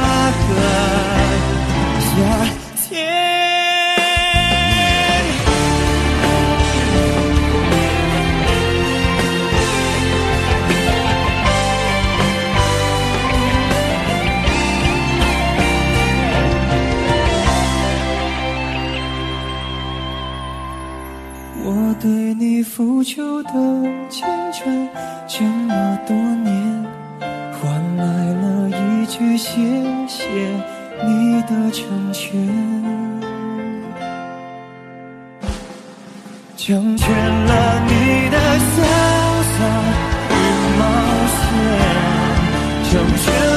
个夏天。我对你付出的青春这么多年，换来了一句谢谢你的成全，成全了你的潇洒与冒险，成全